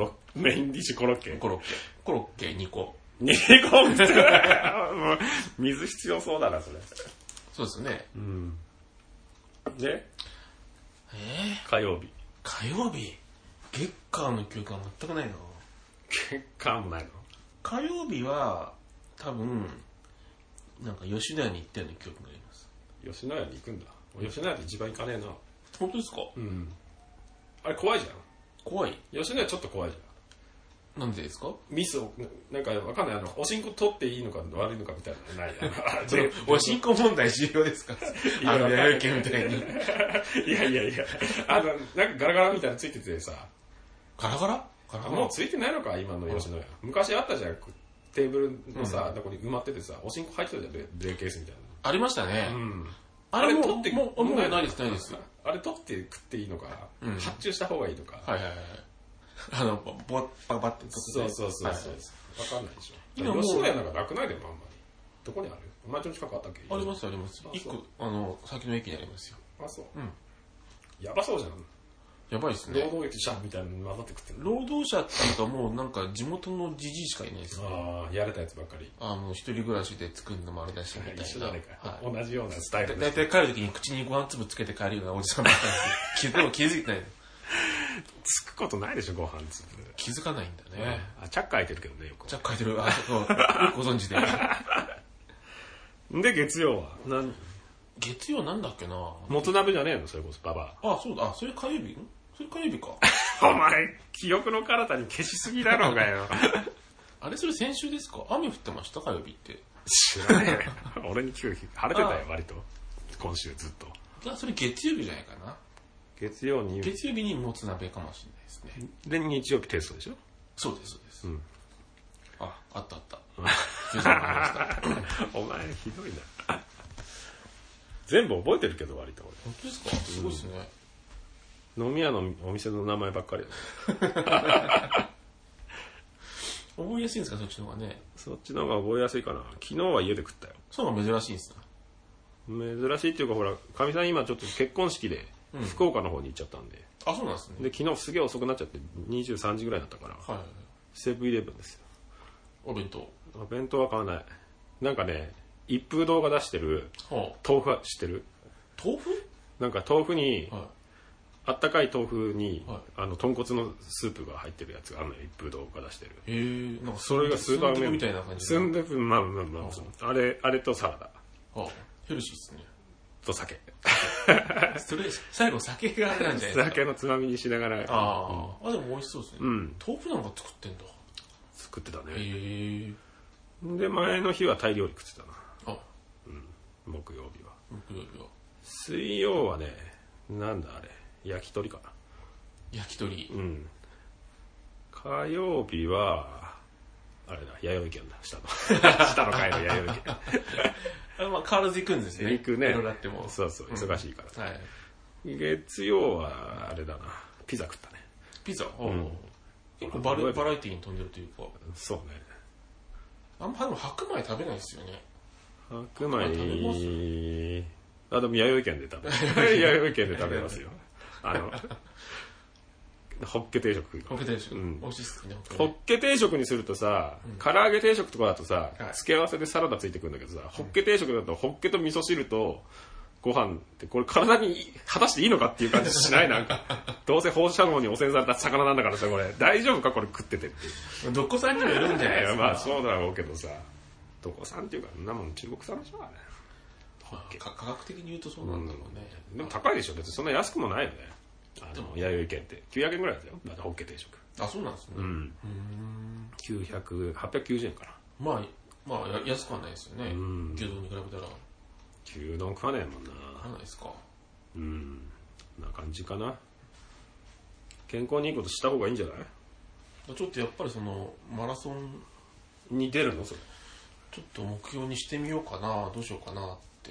[SPEAKER 2] メインディッシュコロッケ。
[SPEAKER 1] コロッケ2個。
[SPEAKER 2] 2個ってもう水必要そうだな、それ。
[SPEAKER 1] そうですね。
[SPEAKER 2] うん。で火曜日。
[SPEAKER 1] 月間の記憶が全くないな。
[SPEAKER 2] 月間もないの？
[SPEAKER 1] 火曜日は、多分、なんか吉野家に行ったような記憶があります。
[SPEAKER 2] 吉野家に行くんだ。吉野家って一番行かねえな。
[SPEAKER 1] 本当ですか？
[SPEAKER 2] うん。あれ怖いじゃん。
[SPEAKER 1] 怖い？
[SPEAKER 2] 吉野家ちょっと怖いじゃん。
[SPEAKER 1] なんでですか？
[SPEAKER 2] ミスを、なんかわかんない。おしんこ取っていいのか悪いのかみたいなのないやん。
[SPEAKER 1] おしんこ問題重要ですか？弥生県みたいに。
[SPEAKER 2] いや。なんかガラガラみたいなのついててさ。
[SPEAKER 1] ガラガラ？
[SPEAKER 2] もうついてないのか今の吉野家。昔あったじゃん。テーブルのさ、どこに埋まっててさ、おしんこ入ってたじゃん、レーケースみたいな。
[SPEAKER 1] ありましたね。
[SPEAKER 2] うん。
[SPEAKER 1] あれ取って、もうないです。
[SPEAKER 2] あれ取って食っていいのか、発注した方がいいのか。
[SPEAKER 1] はい。バって取って。
[SPEAKER 2] そう。わかんないでしょ。吉野家なんかなくないでもあんまり。どこにある？お前ちの近くあったっけ？
[SPEAKER 1] あります。一個、先の駅にありますよ。
[SPEAKER 2] あ、そう。うん。やばそうじゃん。
[SPEAKER 1] やばいですね。
[SPEAKER 2] 労働者みたいなの混ざって食ってる。
[SPEAKER 1] 労働者っていうかもうなんか地元のじじいしかいないですね。
[SPEAKER 2] ああ、やれたやつばっかり。
[SPEAKER 1] もう一人暮らしで作るのもあれだしみたいな。
[SPEAKER 2] 一緒じゃねえか。同じようなスタイル。
[SPEAKER 1] だいたい帰るときに口にご飯粒つけて帰るようなおじさんばっかりです。でも気づいてない。
[SPEAKER 2] つくことないでしょ、ご飯粒。
[SPEAKER 1] 気づかないんだね。
[SPEAKER 2] チャック開いてるけどね、よく。
[SPEAKER 1] チャック開いてる。そう。ご存知で。
[SPEAKER 2] で、月曜は
[SPEAKER 1] 月曜なんだっけな。
[SPEAKER 2] もつ鍋じゃねえの、それこそ、ババ
[SPEAKER 1] ア。あ、そうだ。それ火曜日？それ火曜日か。
[SPEAKER 2] お前、記憶の体に消しすぎだろうがよ。
[SPEAKER 1] あれ、それ先週ですか？雨降ってました火曜日って。
[SPEAKER 2] 知らねえ。俺に聞く日、晴れてたよ、割と。今週ずっと。
[SPEAKER 1] それ月曜日じゃないかな。
[SPEAKER 2] 月曜日
[SPEAKER 1] にもつ鍋かもしれないですね。
[SPEAKER 2] で、日曜日テストでしょ？
[SPEAKER 1] そうです。うん。あった。
[SPEAKER 2] お前、ひどいな。全部覚えてるけど、割と俺。
[SPEAKER 1] 本当ですか？すごいですね。
[SPEAKER 2] 飲み屋のお店の名前ばっかり
[SPEAKER 1] 覚えやすいんですか？そっちの方がね。
[SPEAKER 2] そっちの方が覚えやすいかな。昨日は家で食ったよ。
[SPEAKER 1] そうが珍しいんです
[SPEAKER 2] ね。珍しいっていうか、ほら、かみさん今ちょっと結婚式で福岡の方に行っちゃったんで。
[SPEAKER 1] あ、そうなんですね。
[SPEAKER 2] で、昨日すげえ遅くなっちゃって23時ぐらいだったから、セブンイレブンですよ。
[SPEAKER 1] お弁当。
[SPEAKER 2] お弁当は買わない。なんかね、一風堂が出してる豆腐は知ってる？
[SPEAKER 1] 豆腐？
[SPEAKER 2] なんか豆腐に、
[SPEAKER 1] はい、
[SPEAKER 2] あったかい豆腐に、
[SPEAKER 1] はい、
[SPEAKER 2] 豚骨のスープが入ってるやつがあるのよ、一風堂が出してる。
[SPEAKER 1] なんか
[SPEAKER 2] それがスーパー麺
[SPEAKER 1] みたいな感じ。
[SPEAKER 2] スンドゥブ、まあ、あれとサラダ。
[SPEAKER 1] ヘルシーですね。
[SPEAKER 2] と酒。
[SPEAKER 1] それ、最後酒があれなんじゃないですか。
[SPEAKER 2] 酒のつまみにしながら。
[SPEAKER 1] でも美味しそうですね。豆腐なんか作ってんだ。
[SPEAKER 2] 作ってたね。
[SPEAKER 1] で、
[SPEAKER 2] 前の日はタイ料理食ってたな。木曜日は。水曜はね、なんだあれ、焼き鳥かな。
[SPEAKER 1] 焼き鳥。
[SPEAKER 2] 火曜日は、あれだ、弥生県だ、下の階の弥生県。
[SPEAKER 1] 変わらず行くんですね。
[SPEAKER 2] 行くね。
[SPEAKER 1] いろいろあっても。
[SPEAKER 2] そうそう、忙しいから。
[SPEAKER 1] はい。
[SPEAKER 2] 月曜は、あれだな、ピザ食ったね。
[SPEAKER 1] ピザ？結構バラエティに飛んでるというか。
[SPEAKER 2] そうね。
[SPEAKER 1] でも白米食べないですよね。
[SPEAKER 2] 白米でも弥生県で食べます。弥生県で食べますよ。ホッケ定食。
[SPEAKER 1] ホッケ定食。美味しいっすね。
[SPEAKER 2] ホッケ定食にするとさ、唐揚げ定食とかだとさ、付け合わせでサラダついてくるんだけどさ、ホッケ定食だとホッケと味噌汁とご飯ってこれ体に果たしていいのかっていう感じしない？なんかどうせ放射能に汚染された魚なんだからさ、これ大丈夫かこれ食っててって
[SPEAKER 1] どこさんにもいるんじゃないですか。
[SPEAKER 2] まあそうだろうけどさ、どこさんっていうかそんなもん中国産でしょあれ。
[SPEAKER 1] 価格的に言うとそうなんだろうね。
[SPEAKER 2] でも高いでしょ、別にそんな安くもないよね。弥生県って900円ぐらいだよ、ホッケ定食。
[SPEAKER 1] そうなんですね。
[SPEAKER 2] 890円かな。
[SPEAKER 1] まあ安くはないですよね。牛丼に比べたら。
[SPEAKER 2] 牛丼食わねえもんな。
[SPEAKER 1] 食わないですか。
[SPEAKER 2] な感じかな。健康にいいことした方がいいんじゃない？
[SPEAKER 1] ちょっとやっぱりそのマラソン
[SPEAKER 2] に出るのそれ。
[SPEAKER 1] ちょっと目標にしてみようかな、どうしようかなって。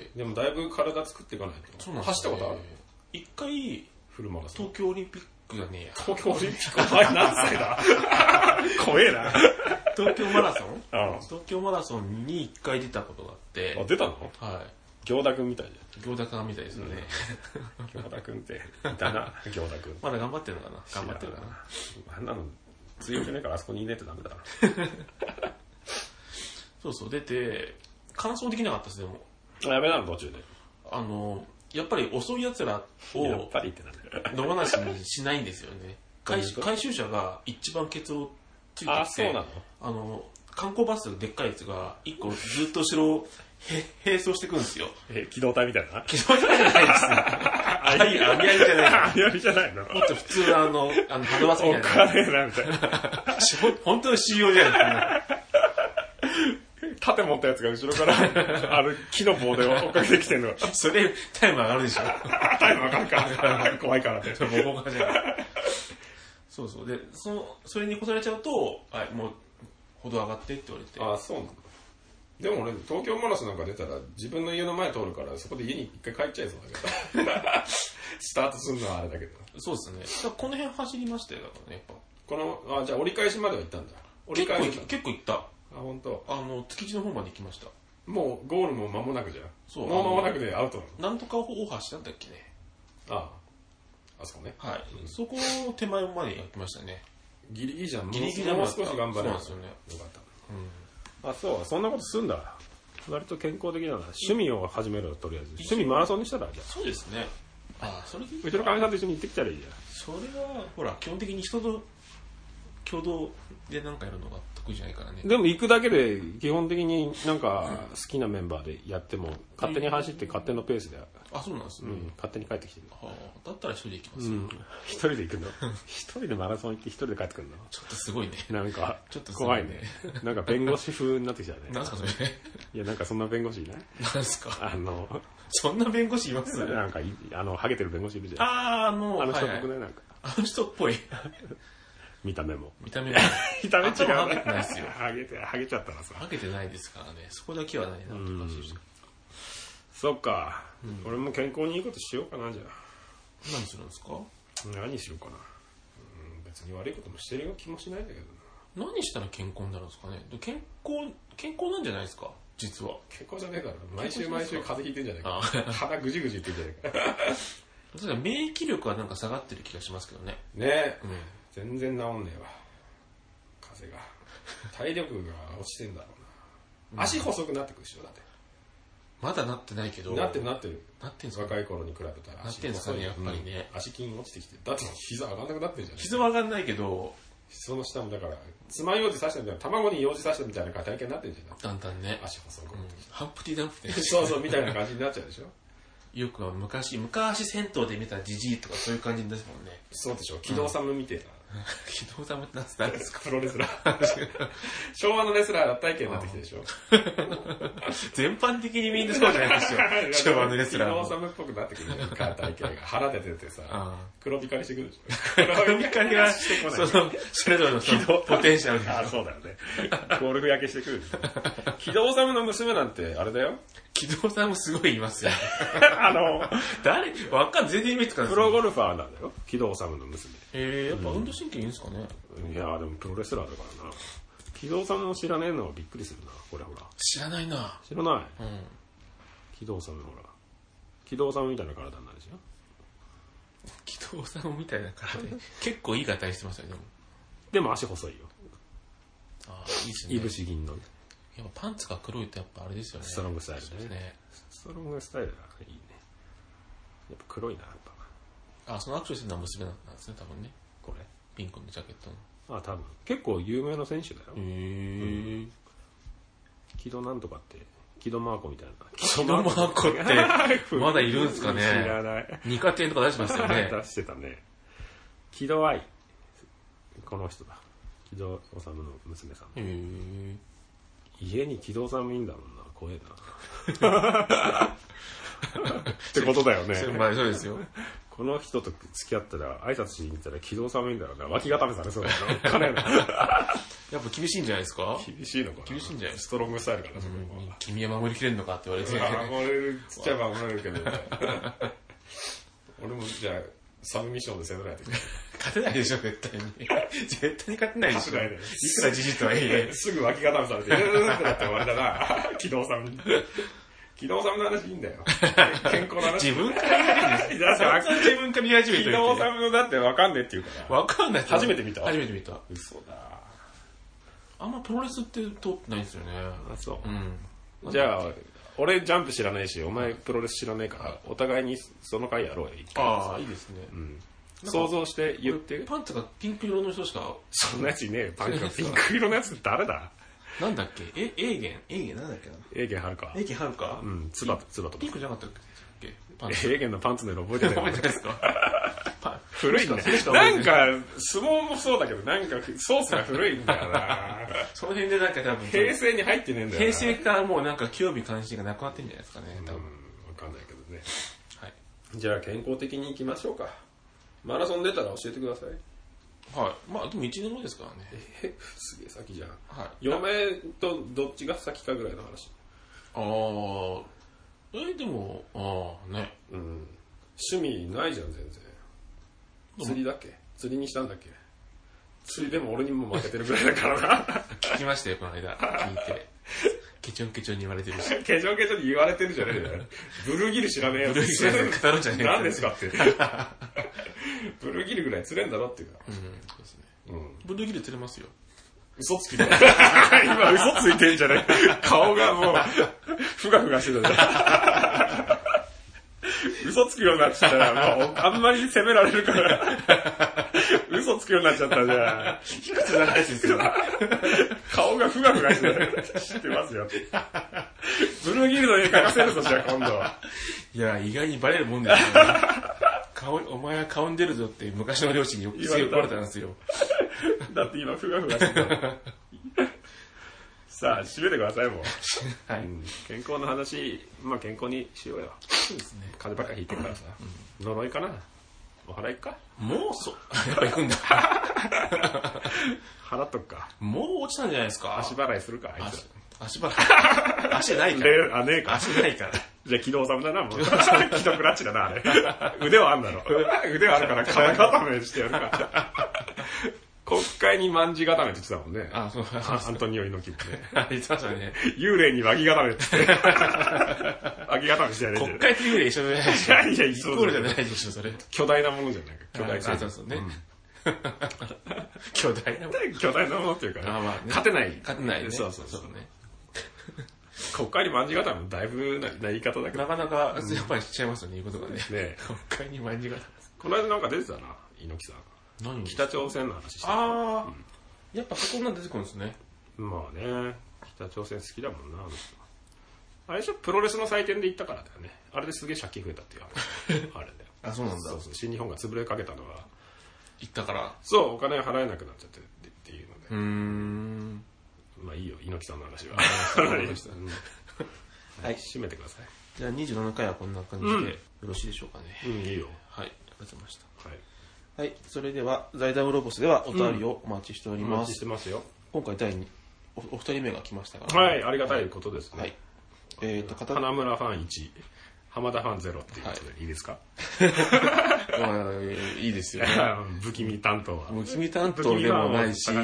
[SPEAKER 2] でもだいぶ体作っていかないと。
[SPEAKER 1] そうなんですね。
[SPEAKER 2] 走ったことある？
[SPEAKER 1] 一回
[SPEAKER 2] フルマラソン。
[SPEAKER 1] 東京オリンピックがね。
[SPEAKER 2] 東京オリンピックお前何歳だ？怖えな。
[SPEAKER 1] 東京マラソン？東京マラソンに一回出たことがあって。
[SPEAKER 2] 出たの？
[SPEAKER 1] はい。
[SPEAKER 2] 行田くんみたいじ
[SPEAKER 1] ゃん。行田くんみたいですよね。
[SPEAKER 2] 行田くんっていたな、行田くん。
[SPEAKER 1] まだ頑張ってるのかな？頑張ってるかな。
[SPEAKER 2] あんなの強いじゃねえからあそこにいねえとダメだな。
[SPEAKER 1] そう出て完走できなかったですでも。
[SPEAKER 2] やめなの途中で。
[SPEAKER 1] やっぱり遅い奴らを
[SPEAKER 2] やっぱりってなんだよ。
[SPEAKER 1] 野放しにしないんですよね。回収車が一番ケツをついてきて、
[SPEAKER 2] そうな
[SPEAKER 1] の観光バスでっかいやつが一個ずっと後ろを並走してくるんですよ。
[SPEAKER 2] 機動隊みたいな。
[SPEAKER 1] 機動隊じゃないですね。ありありじゃない。
[SPEAKER 2] ありありじゃないの。
[SPEAKER 1] もっと普通のハドバスみたいな。
[SPEAKER 2] お金なみたいな。
[SPEAKER 1] 本当の CEO じゃないですか。
[SPEAKER 2] 盾持ったやつが後ろから木の棒で追っかけてきてんの。
[SPEAKER 1] それタイム上がるでしょ。
[SPEAKER 2] タイム上がるから怖いからって。
[SPEAKER 1] もうじゃない。そうでそれに越されちゃうともう歩道上がってって言われて。
[SPEAKER 2] そうなんだ。でも俺東京マラソンなんか出たら自分の家の前通るからそこで家に一回帰っちゃいそうだけど。スタートするのはあれだけど。
[SPEAKER 1] そうですね。この辺走りましたよだからね。
[SPEAKER 2] やっぱじゃあ折り返しまでは行ったんだ。
[SPEAKER 1] 結構行った。
[SPEAKER 2] 本当。
[SPEAKER 1] 築地の方まで行きました。
[SPEAKER 2] もうゴールも間もなくじゃん。
[SPEAKER 1] そう。
[SPEAKER 2] もう間もなくでアウト
[SPEAKER 1] なの。なんとか大橋なんだっけね。
[SPEAKER 2] あそこね。
[SPEAKER 1] はい。そこ手前まで行きましたね。
[SPEAKER 2] ギリギリじゃん。
[SPEAKER 1] ギリギリもう
[SPEAKER 2] 少し頑張れ。そう
[SPEAKER 1] なんですよね。
[SPEAKER 2] よかった。そんなことすんだ。割と健康的な趣味を始めるとりあえず。趣味マラソンにしたらじゃあ。
[SPEAKER 1] そうですね。それで
[SPEAKER 2] うちのかみさんと一緒に行ってきたらいいじゃん。
[SPEAKER 1] それはほら基本的に人と共同で何かやるのが得意じゃないからね。
[SPEAKER 2] でも行くだけで基本的になんか好きなメンバーでやっても勝手に走って勝手のペースで。
[SPEAKER 1] そうなんですね。
[SPEAKER 2] 勝手に帰ってきてる。
[SPEAKER 1] だったら一人で行きますよ。
[SPEAKER 2] 一人で行くの？一人でマラソン行って一人で帰ってくるの？
[SPEAKER 1] ちょっとすごいね。
[SPEAKER 2] なんか怖いね。なんか弁護士風になってきちゃうね。
[SPEAKER 1] なんすかそれ？
[SPEAKER 2] いやなんかそんな弁護士いない？
[SPEAKER 1] なんすか？そんな弁護士います？
[SPEAKER 2] なんかハゲてる弁護士いるじゃん。
[SPEAKER 1] あの
[SPEAKER 2] 人っぽくない？なんか
[SPEAKER 1] あの人っぽい。
[SPEAKER 2] 見た目も。
[SPEAKER 1] 見た目違う。
[SPEAKER 2] ハ
[SPEAKER 1] ゲてないですよ。
[SPEAKER 2] ハゲちゃったらさ。
[SPEAKER 1] ハゲてないですからね。そこだけはないなって感じでした。
[SPEAKER 2] そっか。俺も健康にいいことしようかなじゃあ。
[SPEAKER 1] 何するんですか？
[SPEAKER 2] 何しようかな。別に悪いこともしてるような気もしないんだけど
[SPEAKER 1] な。何したら健康になるんですかね。健康なんじゃないですか実は。
[SPEAKER 2] 健康じゃねえだろ。毎週風邪ひいてんじゃないか。鼻ぐじぐじ言ってんじゃないか。
[SPEAKER 1] 確かに免疫力はなんか下がってる気がしますけどね。
[SPEAKER 2] ねえ。全然治んねえわ。風邪が。 体力が落ちてんだろうな。足細くなってくるでしょ、だって。
[SPEAKER 1] まだなってないけど。
[SPEAKER 2] なってる。
[SPEAKER 1] なってんすか？
[SPEAKER 2] 若い頃に比べたら。
[SPEAKER 1] なってんすかね、やっぱりね。
[SPEAKER 2] 足筋落ちてきて。だって膝上がんなくなってるじゃん。
[SPEAKER 1] 膝は上がんないけど、
[SPEAKER 2] その下もだから、爪楊枝刺したみたいな、卵に楊枝刺したみたいな体型になってるじゃん。
[SPEAKER 1] だんだんね。
[SPEAKER 2] 足細くなってきて。
[SPEAKER 1] ハンプティダンプね。
[SPEAKER 2] そう、みたいな感じになっちゃうでしょ。
[SPEAKER 1] よくは昔銭湯で見たジジイとかそういう感じですもんね。
[SPEAKER 2] そうでしょ。機動サムみてえな。
[SPEAKER 1] 機動サムって何ですか？
[SPEAKER 2] プロレスラー。昭和のレスラー体型になってきてでしょ。
[SPEAKER 1] 全般的にみんなそうじゃないですよ。昭和のレスラーも。
[SPEAKER 2] 機動サムっぽくなってくるじゃん、体型が。腹出ててさ、黒光りしてくるでしょ。
[SPEAKER 1] 黒光りはしてこない。それぞれのポテンシャルで。
[SPEAKER 2] あ、そうだよね。ゴルフ焼けしてくるでしょ。機動サムの娘なんて、あれだよ。
[SPEAKER 1] 機動さんもすごい言いますよね。誰わかん全然イメージつかない。
[SPEAKER 2] プロゴルファーなんだよ。機動サムの娘。
[SPEAKER 1] やっぱ運動神経いいんですかね。
[SPEAKER 2] いやでもプロレスラーだからな。機動サムを知らねえのはびっくりするな。これほら。
[SPEAKER 1] 知らないな。
[SPEAKER 2] 知らない。機動サムほら。機動サムみたいな体になるでしょ。
[SPEAKER 1] 機動さんみたいな体で結構いい形してますよね。
[SPEAKER 2] でも足細いよ。
[SPEAKER 1] ああ、いいですね。
[SPEAKER 2] いぶし銀の。
[SPEAKER 1] やっぱパンツが黒いとやっぱあれですよね。
[SPEAKER 2] ストロングスタイル
[SPEAKER 1] ね。
[SPEAKER 2] ストロングスタイルだいいね。やっぱ黒いな、やっぱ。
[SPEAKER 1] あ、そのアクションしてるのは娘なんですね、多分ね。
[SPEAKER 2] これ。
[SPEAKER 1] ピンクのジャケットの。
[SPEAKER 2] あ、多分。結構有名な選手だよ。木戸なんとかって、木戸マーコみたいな。
[SPEAKER 1] 木戸マーコってまだいるんですかね。
[SPEAKER 2] 知らない。
[SPEAKER 1] 二課点とか出しますよね。
[SPEAKER 2] 出してたね。木戸愛。この人だ。木戸治の娘さん。家に木戸さんもいいんだろうな。怖えな。ってことだよね。
[SPEAKER 1] そうですよ。
[SPEAKER 2] この人と付き合ったら挨拶しに行ったら木戸さんもいいんだろうな。脇固めされそうだな。金な。
[SPEAKER 1] やっぱ厳しいんじゃないですか？
[SPEAKER 2] 厳しいのかな。
[SPEAKER 1] 厳しいんじゃないです
[SPEAKER 2] か。ストロングスタイルかな、そこ
[SPEAKER 1] は。君は守りきれるのかって言われて。
[SPEAKER 2] 守れるっちゃ守れるけど。俺もじゃあ、サブミッションで攻めないといけない。
[SPEAKER 1] 勝てないでしょ、絶対に。絶対に勝てないでしょ。いくらじじっとはいえ。
[SPEAKER 2] すぐ脇固めされて、ってなって終わりだな。機動さんに。機動さんの話いいんだよ。健康の話。
[SPEAKER 1] 自分から言い始めて。自分から言い始めて。
[SPEAKER 2] 機動さんのだってわかんねえって言うから。
[SPEAKER 1] わかんない。
[SPEAKER 2] 初めて見た。
[SPEAKER 1] 初めて見た。
[SPEAKER 2] 嘘だ。
[SPEAKER 1] あんまプロレスって通ってないんですよね。
[SPEAKER 2] あ、そう。じゃあ、俺ジャンプ知らないし、お前プロレス知らないから、お互いにその回やろうよ。
[SPEAKER 1] ああ、いいですね。
[SPEAKER 2] 想像して言って。
[SPEAKER 1] パンツがピンク色の人しか。
[SPEAKER 2] そんなやついねえよ。パンツがピンク色のやつ誰だ？
[SPEAKER 1] なんだっけ？エーゲンなんだっけな？
[SPEAKER 2] エーゲンはるか。
[SPEAKER 1] エーゲンはるか？
[SPEAKER 2] うん、ツバとか。
[SPEAKER 1] ピンクじゃなかったっけ？
[SPEAKER 2] エーゲンのパンツの色覚えてない。
[SPEAKER 1] 覚えてないですか？
[SPEAKER 2] 古いんだよ。なんか、相撲もそうだけど、なんか、ソースが古いんだよな。
[SPEAKER 1] その辺でなんか多分。
[SPEAKER 2] 平成に入ってねえんだよな。
[SPEAKER 1] 平成からもうなんか興味関心がなくなってんじゃないですかね、多分。
[SPEAKER 2] わかんないけどね。
[SPEAKER 1] はい。
[SPEAKER 2] じゃあ健康的に行きましょうか。マラソン出たら教えてください。
[SPEAKER 1] はい。まあ、でも1年後ですからね。
[SPEAKER 2] すげえ先じゃん。
[SPEAKER 1] はい。
[SPEAKER 2] 嫁とどっちが先かぐらいの話。
[SPEAKER 1] でも、ね。
[SPEAKER 2] うん。趣味ないじゃん、全然。釣りだっけ？釣りにしたんだっけ？釣りでも俺にも負けてるぐらいだからな。
[SPEAKER 1] 聞きましたよ、この間。聞いて。ケチョンケチョンに言われてるし。
[SPEAKER 2] ケチョンケチョンに言われてるじゃねえよ。ブルーギル知らねえよ。
[SPEAKER 1] ブルーギル語るんじゃねえよ。
[SPEAKER 2] 何ですかって。ブルーギルぐらい釣れんだろっていうか。
[SPEAKER 1] そうですね。ブルーギル釣れますよ。
[SPEAKER 2] 嘘つきだ。今嘘ついてんじゃない？顔がもう、ふがふがしてたじゃん。嘘つくようになっちゃったら、もう、あんまり責められるから、嘘つくようになっちゃったじゃん。
[SPEAKER 1] いくつ長いですよ。
[SPEAKER 2] 顔がふがふがしてる。知ってますよ。ブルーギルの絵描かせるぞ、じゃあ今度。
[SPEAKER 1] いや、意外にバレるもんですよね。お前は顔に出るぞって昔の両親によく言われたんですよ。
[SPEAKER 2] だって今、ふがふがしてる。さあ、締めてください、もう。
[SPEAKER 1] はい。
[SPEAKER 2] 健康の話、まあ健康にしようよ。
[SPEAKER 1] そうですね。
[SPEAKER 2] 風邪ばっかひいてるからさ。呪いかな？お祓いか？
[SPEAKER 1] もうやっぱ行くんだ。
[SPEAKER 2] 払っとくか。
[SPEAKER 1] もう落ちたんじゃないですか。
[SPEAKER 2] 足払いするか、あいつ。
[SPEAKER 1] 足払い。足ないから。
[SPEAKER 2] ねえか。
[SPEAKER 1] 足ないから。
[SPEAKER 2] じゃあ、機動サムだな、もう。機動クラッチだな、あれ。腕はあんだろ。腕はあるから、肩固めしてやるか。国会に卍固めって言ってたもんね。
[SPEAKER 1] あ、そう。
[SPEAKER 2] アントニオ猪木ってね。
[SPEAKER 1] 言ってましたね。
[SPEAKER 2] 幽霊に脇固めって言って。脇固めしてやれ。
[SPEAKER 1] 国会と幽霊一緒じゃないでしょ。
[SPEAKER 2] いや、
[SPEAKER 1] イコールじゃないでしょ、それ。
[SPEAKER 2] 巨大なものじゃないか。巨大な。
[SPEAKER 1] そうそうね。 巨大なもの。
[SPEAKER 2] 巨大なものっていうかね。
[SPEAKER 1] まあね、
[SPEAKER 2] 勝てない。
[SPEAKER 1] 勝てないね。
[SPEAKER 2] そうそうそうね。国会に卍固めもだいぶな言い方だけど。
[SPEAKER 1] なかなか、やっぱりしちゃいますよね、言うことがね。
[SPEAKER 2] ね
[SPEAKER 1] 国会に卍固め。
[SPEAKER 2] この間なんか出てたな、猪木さん。
[SPEAKER 1] 何
[SPEAKER 2] 北朝鮮の話してた。
[SPEAKER 1] ああ、やっぱそこなん出てくるんですね。
[SPEAKER 2] まあね、北朝鮮好きだもんな、あの人。あれでしょ、プロレスの祭典で行ったからだよね。あれですげえ借金増えたっていう話。あれだよ。
[SPEAKER 1] あ、そうなんだ。
[SPEAKER 2] そうそう、新日本が潰れかけたのは。
[SPEAKER 1] 行ったから。
[SPEAKER 2] そう、お金払えなくなっちゃってっていうので。まあいいよ、猪木さんの話は。
[SPEAKER 1] わかりました。
[SPEAKER 2] はい、締めてください。
[SPEAKER 1] じゃあ27回はこんな感じでよろしいでしょうかね。
[SPEAKER 2] いいよ。
[SPEAKER 1] はい、ありがとうございました。
[SPEAKER 2] はい。
[SPEAKER 1] はい、それでは、財団ウロボスではお便りをお待ちしております。
[SPEAKER 2] お待ちしてますよ。
[SPEAKER 1] 今回お二人目が来ましたから。
[SPEAKER 2] はい、ありがたいことですね。はい。花村ファン1、浜田ファン0っていうことでいいですか？
[SPEAKER 1] いいですよね。
[SPEAKER 2] 不気味担当は。
[SPEAKER 1] 不気味担当でもないし、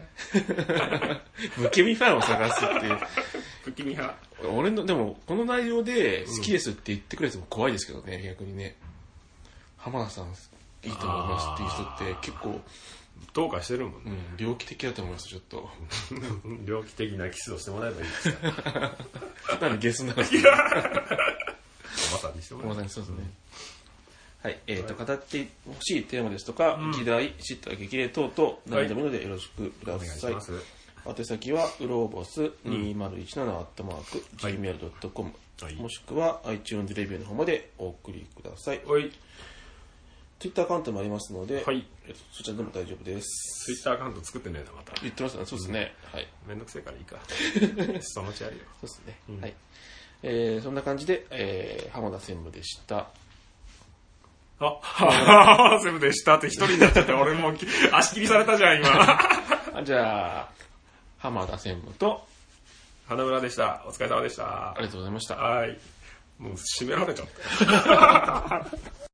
[SPEAKER 1] 不気味ファンを探すっていう。
[SPEAKER 2] 不気味派。
[SPEAKER 1] 俺の、でも、この内容で好きですって言ってくれても怖いですけどね、逆にね。浜田さんいいと思いますっていう人って結構、
[SPEAKER 2] どうかしてるもんね。
[SPEAKER 1] 猟奇的だと思います、ちょっと。
[SPEAKER 2] 猟奇的なキスをしてもらえばいいですか？
[SPEAKER 1] なんでゲスなの？ま
[SPEAKER 2] さにしてもらえば。
[SPEAKER 1] そうですね。はい、語ってほしいテーマですとか、議題、知った激励等々、何でもいいのでよろしくください。宛先は、うろうぼす2017@gmail.com、もしくは iTunes レビューの方までお送りください。Twitter アカウントもありますので、そちらでも大丈夫です。
[SPEAKER 2] Twitter アカウント作ってねえな、また。
[SPEAKER 1] 言ってましたね、そうですね。はい。
[SPEAKER 2] めんどくせえからいいか。そのうちやるよ。
[SPEAKER 1] そうですね。はい。そんな感じで、浜田専務でした。
[SPEAKER 2] 浜田専務でしたって一人になっちゃって、俺も足切りされたじゃん、今。
[SPEAKER 1] じゃあ、浜田専務と、
[SPEAKER 2] 花村でした。お疲れ様でした。
[SPEAKER 1] ありがとうございました。
[SPEAKER 2] はい。もう締められちゃった。